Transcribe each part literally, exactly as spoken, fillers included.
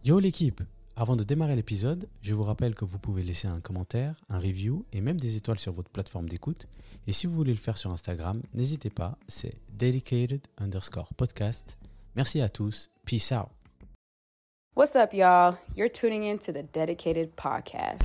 Yo l'équipe, avant de démarrer l'épisode, je vous rappelle que vous pouvez laisser un commentaire, un review et même des étoiles sur votre plateforme d'écoute. Et si vous voulez le faire sur Instagram, n'hésitez pas, c'est dedicated underscore podcast. Merci à tous, peace out. What's up, y'all? You're tuning in to the Dedicated Podcast.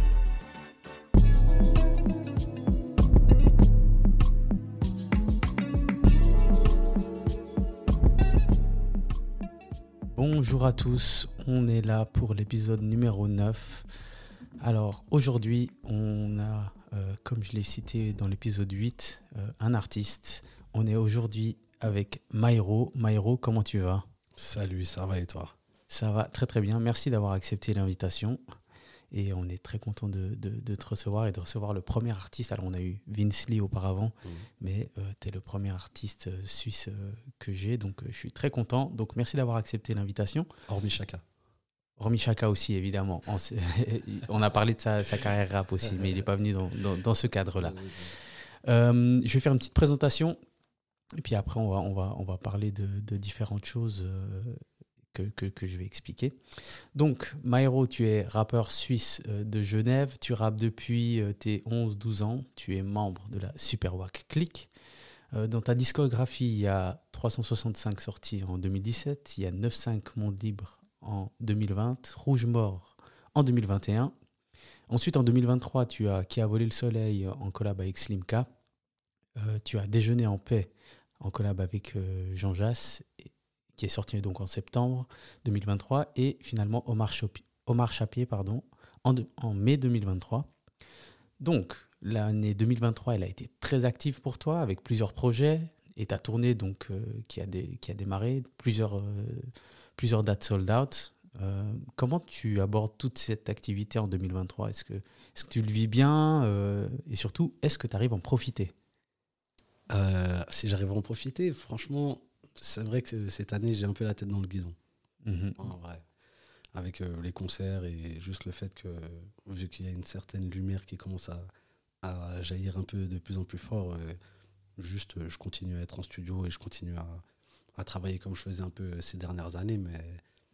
Bonjour à tous, on est là pour l'épisode numéro neuf. Alors aujourd'hui, on a, euh, comme je l'ai cité dans l'épisode huit, euh, un artiste. On est aujourd'hui avec Mairo. Mairo, comment tu vas ? Salut, ça va et toi ? Ça va très très bien, merci d'avoir accepté l'invitation. Et on est très content de, de, de te recevoir et de recevoir le premier artiste. Alors on a eu Vince Lee auparavant, mmh. mais euh, tu es le premier artiste euh, suisse euh, que j'ai, donc euh, je suis très content. Donc merci d'avoir accepté l'invitation. Hormis Chaka. Hormis Chaka aussi, évidemment. On, on a parlé de sa, sa carrière rap aussi, mais il n'est pas venu dans, dans, dans ce cadre-là. Euh, je vais faire une petite présentation, et puis après on va, on va, on va parler de, de différentes choses euh, Que, que, que je vais expliquer. Donc, Mairo, tu es rappeur suisse euh, de Genève. Tu rappes depuis euh, tes onze douze ans. Tu es membre de la Super Wack Clique. Euh, dans ta discographie, il y a trois cent soixante-cinq sorties en deux mille dix-sept. Il y a neuf cinq Monde Libre en deux mille vingt. Rouge Mort en deux mille vingt et un. Ensuite, en deux mille vingt-trois, tu as Qui a volé le soleil en collab avec Slimka. Euh, tu as Déjeuner en paix en collab avec euh, Jean Jass. Et qui est sorti donc en septembre deux mille vingt-trois, et finalement Omar, Chopi, Omar Chapier pardon, en, de, en mai deux mille vingt-trois. Donc, l'année deux mille vingt-trois, elle a été très active pour toi, avec plusieurs projets, et ta tournée donc, euh, qui, a des, qui a démarré, plusieurs, euh, plusieurs dates sold out. Euh, comment tu abordes toute cette activité en deux mille vingt-trois ? Est-ce que, est-ce que tu le vis bien euh, et surtout, est-ce que tu arrives à en profiter ? euh, Si j'arrive à en profiter, franchement... C'est vrai que cette année, j'ai un peu la tête dans le guidon. Mmh. En vrai. Avec euh, les concerts et juste le fait que, vu qu'il y a une certaine lumière qui commence à, à jaillir un peu de plus en plus fort, euh, juste euh, je continue à être en studio et je continue à, à travailler comme je faisais un peu ces dernières années. Mais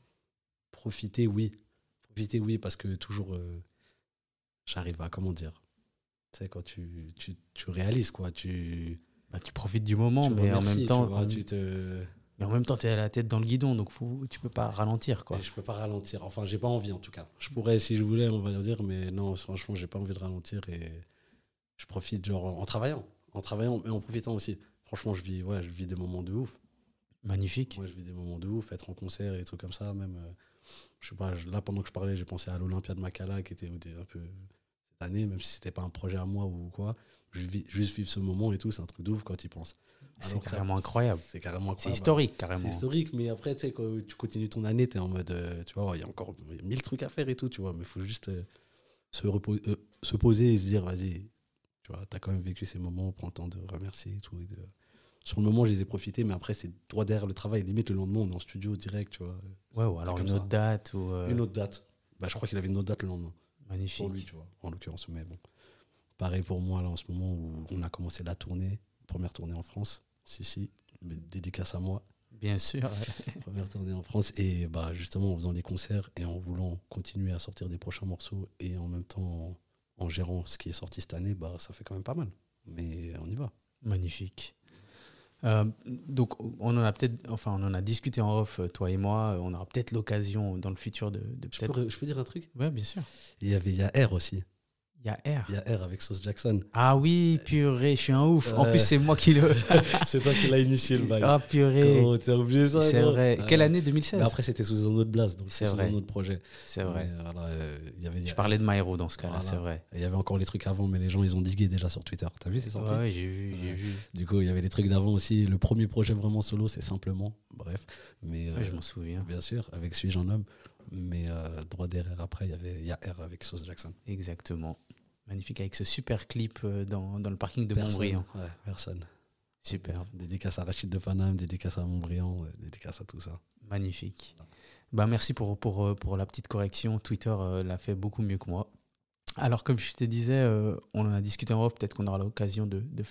profiter, oui. Profiter, oui, parce que toujours, euh, j'arrive à, comment dire, tu sais, quand tu, tu, tu réalises, quoi, tu... Bah, tu profites du moment, tu mais remercies, en même temps, tu vois, tu te... mais en même temps, tu es à la tête dans le guidon, donc faut, tu peux pas ralentir, quoi. Et je peux pas ralentir. Enfin, j'ai pas envie en tout cas. Je pourrais si je voulais, on va dire, mais non, franchement, j'ai pas envie de ralentir et je profite genre en travaillant, en travaillant, mais en profitant aussi. Franchement, je vis, ouais, je vis des moments de ouf. Magnifique. Moi, je vis des moments de ouf, être en concert et des trucs comme ça, même. Euh, je sais pas. Là, pendant que je parlais, j'ai pensé à l'Olympia de Makala qui était un peu cette année, même si c'était pas un projet à moi ou quoi. Je vis, juste vivre ce moment et tout, c'est un truc de ouf quand tu y penses. C'est carrément ça, incroyable. C'est carrément incroyable. C'est historique, carrément. C'est historique, mais après, tu sais, quand tu continues ton année, tu es en mode, euh, tu vois, il y a encore mille trucs à faire et tout, tu vois, mais il faut juste euh, se, reposer, euh, se poser et se dire, vas-y, tu vois, tu as quand même vécu ces moments, prends le temps de remercier et tout. Et de... Sur le moment, je les ai profités, mais après, c'est droit derrière le travail. Limite, le lendemain, on est en studio direct, tu vois. Ouais, ou alors une ça. autre date. Ou euh... Une autre date. Bah, je crois qu'il avait une autre date le lendemain. Magnifique. Pour lui, tu vois, en l'occurrence, mais bon. Pareil pour moi, là, en ce moment où on a commencé la tournée, première tournée en France. Si, si, dédicace à moi. Bien sûr. Première tournée en France. Et bah, justement, en faisant les concerts et en voulant continuer à sortir des prochains morceaux et en même temps en, en gérant ce qui est sorti cette année, bah, ça fait quand même pas mal. Mais on y va. Magnifique. Euh, donc, on en a peut-être, enfin, on en a discuté en off, toi et moi. On aura peut-être l'occasion dans le futur de, de je peut-être. Peux, je peux dire un truc ? Ouais, bien sûr. Il y avait, il y a R aussi. Il y a R. Il y a R avec Sauce Jackson. Ah oui, purée, je suis un ouf. Euh... En plus, c'est moi qui le. C'est toi qui l'as initié le bail. Ah purée. Gros, t'as oublié ça ? C'est gros. vrai. Ah, Quelle année ? deux mille seize ? Mais après, c'était sous un autre blast, donc c'est, c'est vrai. sous un autre projet. C'est vrai. Mais, voilà, euh, y avait, je parlais de Mairo dans ce cas-là, voilà. C'est vrai. Il y avait encore les trucs avant, mais les gens, ils ont digué déjà sur Twitter. T'as vu, c'est sorti ? Ouais, j'ai vu, j'ai vu. Du coup, il y avait les trucs d'avant aussi. Le premier projet vraiment solo, c'est Simplement. Bref. Mais, ouais, euh, je m'en souviens. Bien sûr, avec Suis-je un homme. Mais euh, droit derrière, après, il y avait y a R avec Sauce Jackson. Exactement. Magnifique, avec ce super clip dans, dans le parking de personne, Montbriand. Ouais, personne. Superbe. Dédicace à Rachid de Paname, dédicace à Montbriand, dédicace à tout ça. Magnifique. Bah, merci pour, pour, pour la petite correction. Twitter euh, l'a fait beaucoup mieux que moi. Alors, comme je te disais, euh, on en a discuté en off, peut-être qu'on aura l'occasion de, de faire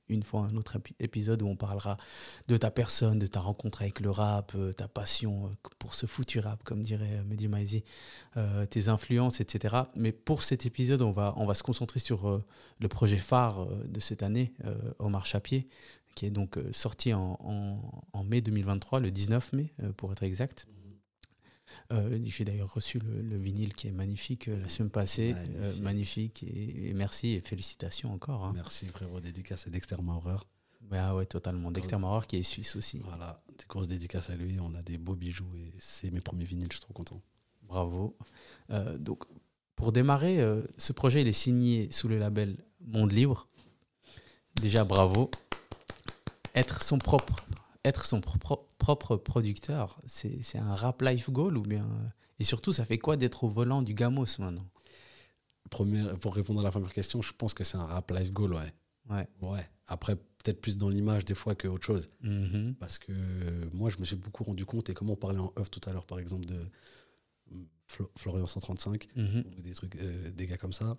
une fois un autre épisode où on parlera de ta personne, de ta rencontre avec le rap, euh, ta passion euh, pour ce foutu rap, comme dirait Mehdi Maizi, euh, tes influences, et cetera. Mais pour cet épisode, on va, on va se concentrer sur euh, le projet phare euh, de cette année, euh, Omar Chapier, qui est donc euh, sorti en, en, en mai deux mille vingt-trois, le dix-neuf mai, euh, pour être exact. Euh, j'ai d'ailleurs reçu le, le vinyle qui est magnifique euh, la semaine passée. Magnifique, euh, magnifique et, et merci et félicitations encore. Hein. Merci frérot, dédicace à Dexter Maurer. Ah ouais, totalement. Dexter ouais. Maurer qui est suisse aussi. Voilà, des grosses dédicaces à lui. On a des beaux bijoux et c'est mes premiers vinyles, je suis trop content. Bravo. Euh, donc, pour démarrer, euh, ce projet il est signé sous le label Monde Libre. Déjà, bravo. Être son propre. Être son pro- propre producteur, c'est, c'est un rap life goal ou bien... Et surtout, ça fait quoi d'être au volant du Gamos maintenant ? Première, Pour répondre à la première question, je pense que c'est un rap life goal, ouais. Ouais. Ouais. Après, peut-être plus dans l'image des fois qu'autre chose. Mm-hmm. Parce que moi, je me suis beaucoup rendu compte, et comme on parlait en off tout à l'heure, par exemple, de Flo- Florian cent trente-cinq, mm-hmm. ou des, trucs, euh, des gars comme ça,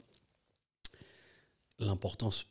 l'importance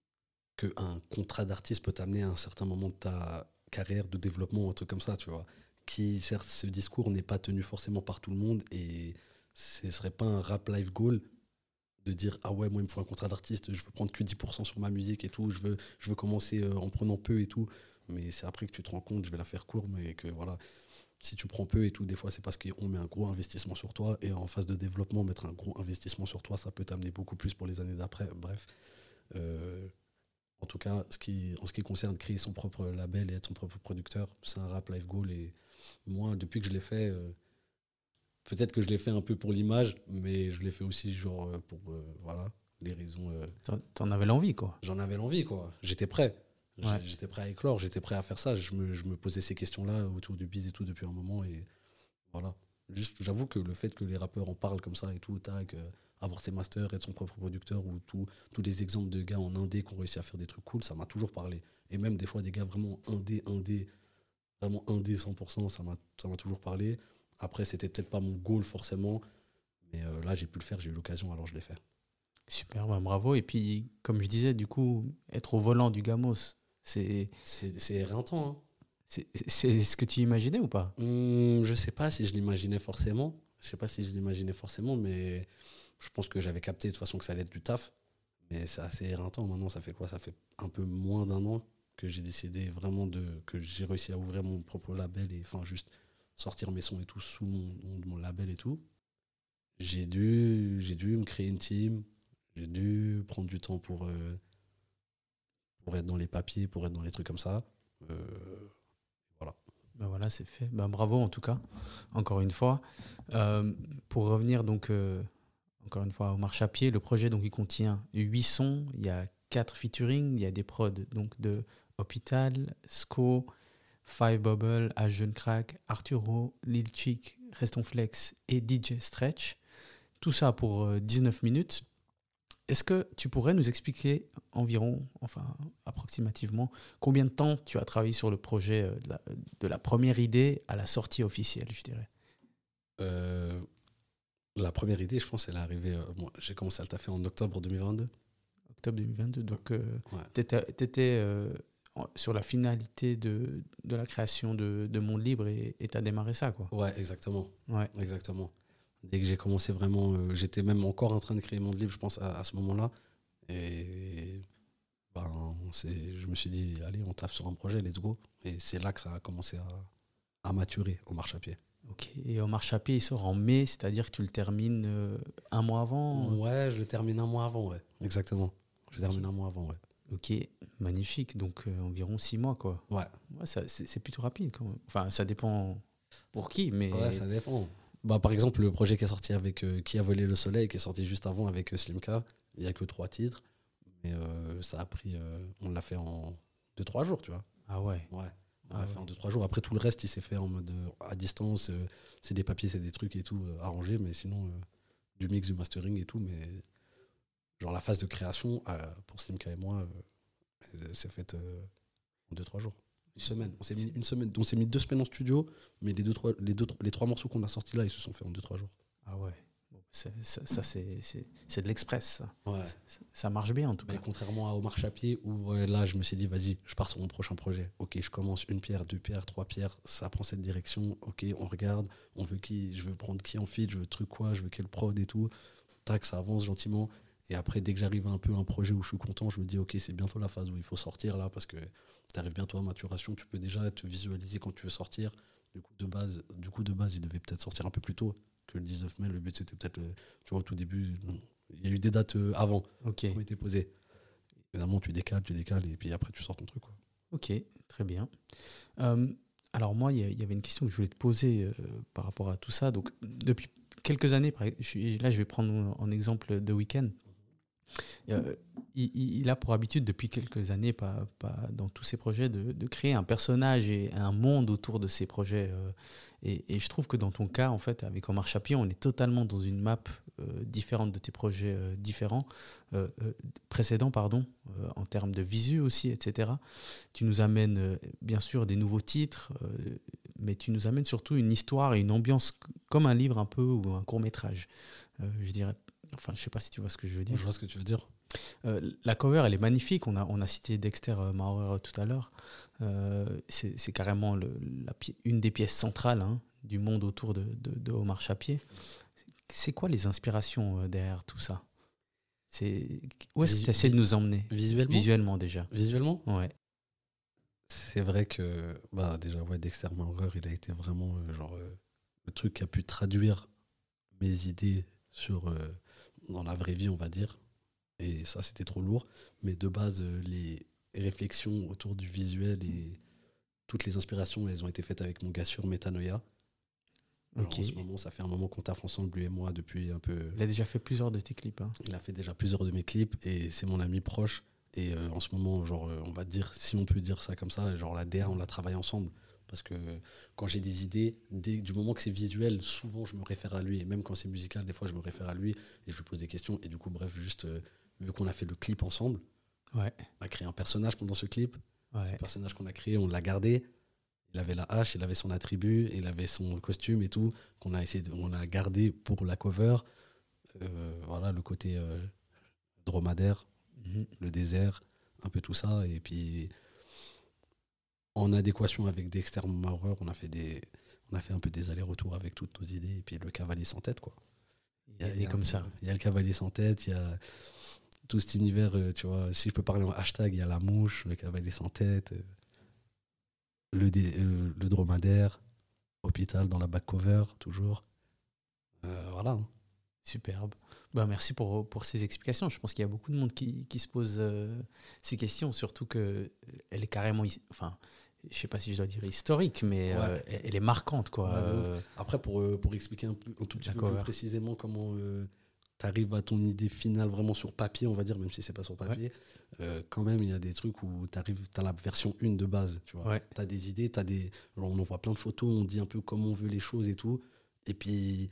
qu'un contrat d'artiste peut t'amener à un certain moment de ta carrière de développement, un truc comme ça, tu vois. Qui, certes, ce discours n'est pas tenu forcément par tout le monde et ce ne serait pas un rap life goal de dire « Ah ouais, moi, il me faut un contrat d'artiste, je veux prendre que dix pour cent sur ma musique et tout, je veux, je veux commencer euh, en prenant peu et tout. » Mais c'est après que tu te rends compte, je vais la faire court, mais que voilà, si tu prends peu et tout, des fois, c'est parce qu'on met un gros investissement sur toi et en phase de développement, mettre un gros investissement sur toi, ça peut t'amener beaucoup plus pour les années d'après. Bref. Euh, En tout cas, ce qui, en ce qui concerne créer son propre label et être son propre producteur, c'est un rap life goal. Et moi, depuis que je l'ai fait, euh, peut-être que je l'ai fait un peu pour l'image, mais je l'ai fait aussi genre euh, pour euh, voilà, les raisons. Euh, T'en, t'en avais l'envie, quoi. J'en avais l'envie, quoi. J'étais prêt. Ouais. J'étais prêt à éclore, j'étais prêt à faire ça. Je me, je me posais ces questions-là autour du biz et tout depuis un moment. Et voilà. Juste, j'avoue que le fait que les rappeurs en parlent comme ça et tout, tac, euh, avoir ses masters, être son propre producteur ou tout, tous les exemples de gars en indé qui ont réussi à faire des trucs cool, ça m'a toujours parlé. Et même des fois des gars vraiment indé, indé, vraiment indé cent pour cent, ça m'a, ça m'a toujours parlé. Après, c'était peut-être pas mon goal forcément, mais euh, là j'ai pu le faire, j'ai eu l'occasion, alors je l'ai fait. Super, bah, bravo. Et puis, comme je disais, du coup, être au volant du Gamos, c'est... C'est, c'est éreintant, hein. C'est, c'est ce que tu imaginais ou pas ? Hum, je sais pas si je l'imaginais forcément. Je sais pas si je l'imaginais forcément, mais je pense que j'avais capté de toute façon que ça allait être du taf. Mais c'est assez éreintant. Maintenant, ça fait quoi ? Ça fait un peu moins d'un an que j'ai décidé vraiment de... que j'ai réussi à ouvrir mon propre label et enfin juste sortir mes sons et tout sous mon, mon label et tout. J'ai dû, j'ai dû me créer une team. J'ai dû prendre du temps pour, euh, pour être dans les papiers, pour être dans les trucs comme ça. Euh, voilà. Ben voilà, c'est fait. Ben bravo en tout cas, encore une fois. Euh, pour revenir donc, euh, encore une fois, à Omar Chapier, le projet donc, il contient huit sons, il y a quatre featuring, il y a des prods donc, de Hôpital, Sco, Five Bubble, H Jeune Crack, Arturo, Lil Chick, Reston Flex et D J Stretch. Tout ça pour euh, dix-neuf minutes. Est-ce que tu pourrais nous expliquer environ, enfin approximativement, combien de temps tu as travaillé sur le projet de la, de la première idée à la sortie officielle, je dirais ? euh, La première idée, je pense, elle est arrivée... Euh, bon, j'ai commencé à le taffer en octobre deux mille vingt-deux. Octobre deux mille vingt-deux, donc euh, ouais. tu étais euh, sur la finalité de, de la création de, de Monde Libre et tu as démarré ça, quoi. Ouais, exactement. Ouais. Exactement. Dès que j'ai commencé vraiment, euh, j'étais même encore en train de créer Monde Libre, je pense, à, à ce moment-là. Et ben, c'est, je me suis dit, allez, on taffe sur un projet, let's go. Et c'est là que ça a commencé à, à maturer, Omar Chapier. Ok. Et Omar Chapier, il sort en mai, c'est-à-dire que tu le termines euh, un mois avant ? Ouais, je le termine un mois avant, ouais. Exactement. Je le termine un mois avant, ouais. Ok, magnifique. Donc euh, environ six mois, quoi. Ouais. Ouais, ça, c'est, c'est plutôt rapide, quand même. Enfin, ça dépend pour qui, mais... Ouais, ça dépend. Bah, par exemple, le projet qui est sorti avec euh, Qui a volé le soleil, qui est sorti juste avant avec euh, Slimka, il n'y a que trois titres. Mais euh, ça a pris... Euh, on l'a fait en deux trois jours, tu vois. Ah ouais. Ouais. On Ah l'a ouais. fait en deux trois jours. Après, tout le reste, il s'est fait en mode euh, à distance. Euh, c'est des papiers, c'est des trucs et tout euh, arrangés. Mais sinon, euh, du mix, du mastering et tout. Mais genre la phase de création, euh, pour Slimka et moi, euh, elle s'est faite euh, en deux trois jours. Une semaine. On s'est mis une semaine. On s'est mis deux semaines en studio, mais les deux trois, les deux, les trois morceaux qu'on a sortis là, ils se sont faits en deux trois jours. Ah ouais. Bon, C'est, ça, ça c'est, c'est, c'est de l'express. Ça. Ouais. Ça, ça marche bien en tout Mais cas. contrairement à Omar Chapier, où ouais, là, je me suis dit, vas-y, je pars sur mon prochain projet. Ok, je commence une pierre, deux pierres, trois pierres, ça prend cette direction. Ok, on regarde, on veut qui, je veux prendre qui en feat, je veux truc quoi, je veux quel prod et tout. Tac, ça avance gentiment. Et après, dès que j'arrive à un peu à un projet où je suis content, je me dis, ok, c'est bientôt la phase où il faut sortir là, parce que tu arrives bientôt à maturation, tu peux déjà te visualiser quand tu veux sortir. Du coup, de base, du coup, de base il devait peut-être sortir un peu plus tôt que le dix-neuf mai. Le but, c'était peut-être, le, tu vois, au tout début, il y a eu des dates avant okay. qui ont été posées. Évidemment, tu décales, tu décales, et puis après, tu sors ton truc, quoi. Ok, très bien. Euh, alors moi, il y, y avait une question que je voulais te poser euh, par rapport à tout ça. Donc, depuis quelques années, je suis, là, je vais prendre en exemple The Weeknd. Euh, il, il a pour habitude depuis quelques années, pas, pas dans tous ses projets, de, de créer un personnage et un monde autour de ses projets. Euh, et, et je trouve que dans ton cas, en fait, avec Omar Chapier, on est totalement dans une map euh, différente de tes projets euh, différents, euh, euh, précédents, pardon, euh, en termes de visu aussi, et cetera. Tu nous amènes euh, bien sûr des nouveaux titres, euh, mais tu nous amènes surtout une histoire et une ambiance comme un livre un peu ou un court-métrage, euh, je dirais. Enfin, je sais pas si tu vois ce que je veux dire. Je vois ce que tu veux dire. Euh, la cover, elle est magnifique. On a, on a cité Dexter euh, Maurer tout à l'heure. Euh, c'est, c'est carrément le, la, une des pièces centrales hein, du monde autour de, de, de Omar Chapier. C'est quoi les inspirations euh, derrière tout ça? C'est, où est-ce Visu- que tu essaies de nous emmener? Visuellement Visuellement, déjà. Visuellement Ouais. C'est vrai que, bah, déjà, ouais, Dexter Maurer, il a été vraiment euh, genre, euh, le truc qui a pu traduire mes idées sur, euh, dans la vraie vie, on va dire. Et ça, c'était trop lourd. Mais de base, euh, les réflexions autour du visuel et toutes les inspirations, elles ont été faites avec mon gars sur Metanoia. Alors, okay. En ce moment, ça fait un moment qu'on taffe ensemble, lui et moi, depuis un peu... Il a déjà fait plusieurs de tes clips. Hein. Il a fait déjà plusieurs de mes clips et c'est mon ami proche. Et euh, en ce moment, genre, euh, on va dire, si on peut dire ça comme ça, genre la D A, on la travaille ensemble. Parce que quand j'ai des idées, dès, du moment que c'est visuel, souvent je me réfère à lui. Et même quand c'est musical, des fois je me réfère à lui et je lui pose des questions. Et du coup, bref, juste, euh, vu qu'on a fait le clip ensemble, ouais. on a créé un personnage pendant ce clip. Ouais. Ce personnage qu'on a créé, on l'a gardé. Il avait la hache, il avait son attribut, il avait son costume et tout, qu'on a essayé de, on a gardé pour la cover. Euh, voilà, le côté euh, dromadaire, mm-hmm. le désert, un peu tout ça. Et puis... en adéquation avec Dexter Maurer, on a fait des, on a fait un peu des allers-retours avec toutes nos idées et puis le cavalier sans tête quoi. Il y a, il y a comme peu, ça. Il y a le cavalier sans tête, il y a tout cet univers, tu vois. Si je peux parler en hashtag, il y a la mouche, le cavalier sans tête, le, dé, le, le dromadaire, hôpital dans la back cover toujours. Euh, voilà. Hein. Superbe. Ben, merci pour, pour ces explications. Je pense qu'il y a beaucoup de monde qui, qui se pose euh, ces questions, surtout qu'elle est carrément, enfin, je sais pas si je dois dire historique, mais ouais. euh, elle est marquante, quoi. Ouais, euh, Après, pour, euh, pour expliquer un, peu, un tout petit peu plus précisément comment euh, tu arrives à ton idée finale vraiment sur papier, on va dire, même si c'est pas sur papier, ouais. euh, quand même, il y a des trucs où tu arrives, tu as la version un de base, tu vois. Ouais. Tu as des idées, t'as des, on envoie plein de photos, on dit un peu comment on veut les choses et tout. Et puis,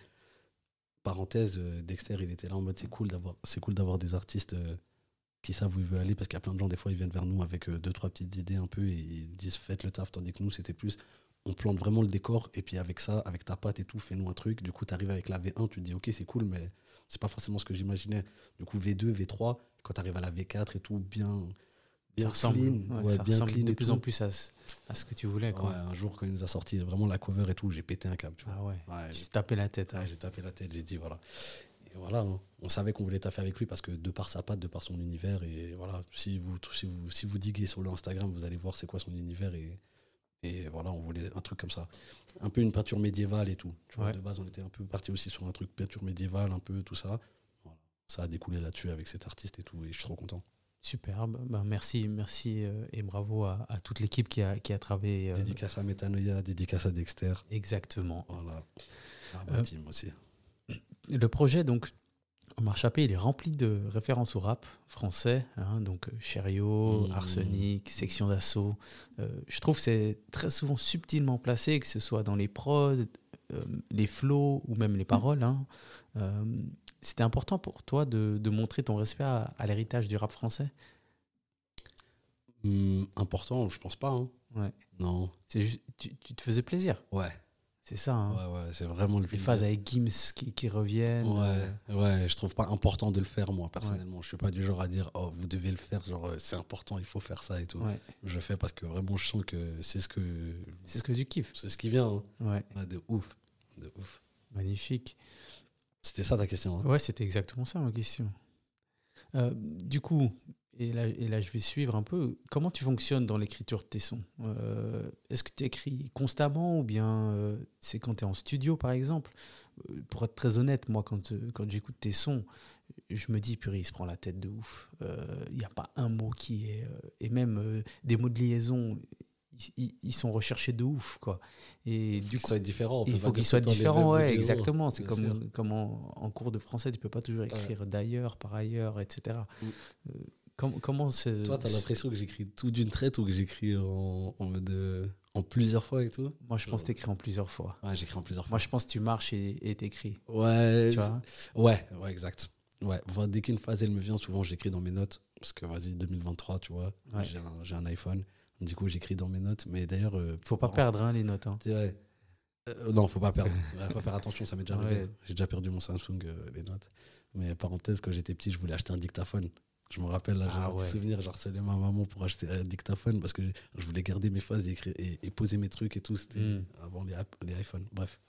parenthèse, Dexter, il était là en mode c'est cool d'avoir, c'est cool d'avoir des artistes euh, qui savent où il veut aller, parce qu'il y a plein de gens, des fois, ils viennent vers nous avec euh, deux, trois petites idées un peu et ils disent faites le taf, tandis que nous, c'était plus on plante vraiment le décor et puis avec ça, avec ta patte et tout, fais-nous un truc. Du coup, tu arrives avec la V un, tu te dis ok, c'est cool, mais c'est pas forcément ce que j'imaginais. Du coup, V deux, V trois, quand tu arrives à la V quatre et tout, bien, bien ça clean, ressemble, ouais, ouais, ça bien ressemble clean de et plus tout. en plus à, à ce que tu voulais. Quoi. Ouais, un jour, quand il nous a sorti vraiment la cover et tout, j'ai pété un câble. Tu vois. Ah ouais, ouais j'ai tapé la tête. Ouais, hein. J'ai tapé la tête, j'ai dit voilà. Et voilà, hein. On savait qu'on voulait taffer avec lui parce que de par sa patte, de par son univers, et voilà, si vous, si vous, si vous diguez sur le Instagram, vous allez voir c'est quoi son univers et. Et voilà, on voulait un truc comme ça. Un peu une peinture médiévale et tout. Tu vois, ouais. De base, on était un peu parti aussi sur un truc peinture médiévale, un peu tout ça. Voilà. Ça a découlé là-dessus avec cet artiste et tout. Et je suis trop content. Superbe. Ben, merci, merci euh, et bravo à, à toute l'équipe qui a, qui a travaillé. Euh... Dédicace à Metanoia, dédicace à Dexter. Exactement. Voilà. À ma euh, team aussi. Le projet, donc, Omar Chapier, il est rempli de références au rap français, hein, donc Cherio, mmh. Arsenic, Section d'Assaut. Euh, je trouve que c'est très souvent subtilement placé, que ce soit dans les prods, euh, les flows ou même les paroles. Hein. Euh, c'était important pour toi de, de montrer ton respect à, à l'héritage du rap français ? mmh, Important, je pense pas. Hein. Ouais. Non. C'est juste, tu, tu te faisais plaisir ? Ouais. C'est ça. Hein. Ouais, ouais, c'est vraiment le Les phases avec Gims qui, qui reviennent. Ouais, euh... ouais, je trouve pas important de le faire, moi, personnellement. Ouais. Je suis pas du genre à dire, oh, vous devez le faire, genre, c'est important, il faut faire ça et tout. Ouais. Je le fais parce que vraiment, je sens que c'est ce que. C'est ce que tu kiffes. C'est ce qui vient. Hein. Ouais. Ouais. De ouf. De ouf. Magnifique. C'était ça ta question. Hein. Ouais, c'était exactement ça ma question. Euh, du coup, et là, et là, je vais suivre un peu. Comment tu fonctionnes dans l'écriture de tes sons ? euh, Est-ce que tu écris constamment ou bien euh, c'est quand tu es en studio, par exemple ? euh, Pour être très honnête, moi, quand, euh, quand j'écoute tes sons, je me dis, purée, il se prend la tête de ouf. Il euh, n'y a pas un mot qui est... Euh, et même euh, des mots de liaison, ils, ils sont recherchés de ouf, quoi. Et il faut du qu'ils coup, soient différents. Il faut qu'ils soient différents, ouais, exactement. C'est comme, comme en, en cours de français, tu ne peux pas toujours écrire ouais. d'ailleurs, par ailleurs, et cetera. Mm. Euh, Comment, comment c'est... Toi, t'as l'impression que j'écris tout d'une traite ou que j'écris en, en mode euh, en plusieurs fois et tout ? Moi, je pense que t'écris en plusieurs fois. Ouais, j'écris en plusieurs fois. Moi, je pense que tu marches et, et t'écris. Ouais, tu vois ? ouais, ouais, exact. Ouais, enfin, dès qu'une phase elle me vient, souvent j'écris dans mes notes parce que vas-y deux mille vingt-trois, tu vois, ouais. j'ai, un, j'ai un iPhone, du coup j'écris dans mes notes. Mais d'ailleurs, euh, faut pas par... perdre hein, les notes. Hein. Ouais. Euh, non, faut pas perdre. Faut faire attention, ça m'est déjà arrivé. Ouais. J'ai déjà perdu mon Samsung euh, les notes. Mais parenthèse, quand j'étais petit, je voulais acheter un dictaphone. Je me rappelle, là, j'ai ah un ouais. petit souvenir, j'ai harcelé ma maman pour acheter un dictaphone parce que je voulais garder mes phases et, écrire, et, et poser mes trucs et tout. C'était mm. avant les, les iPhones. Bref.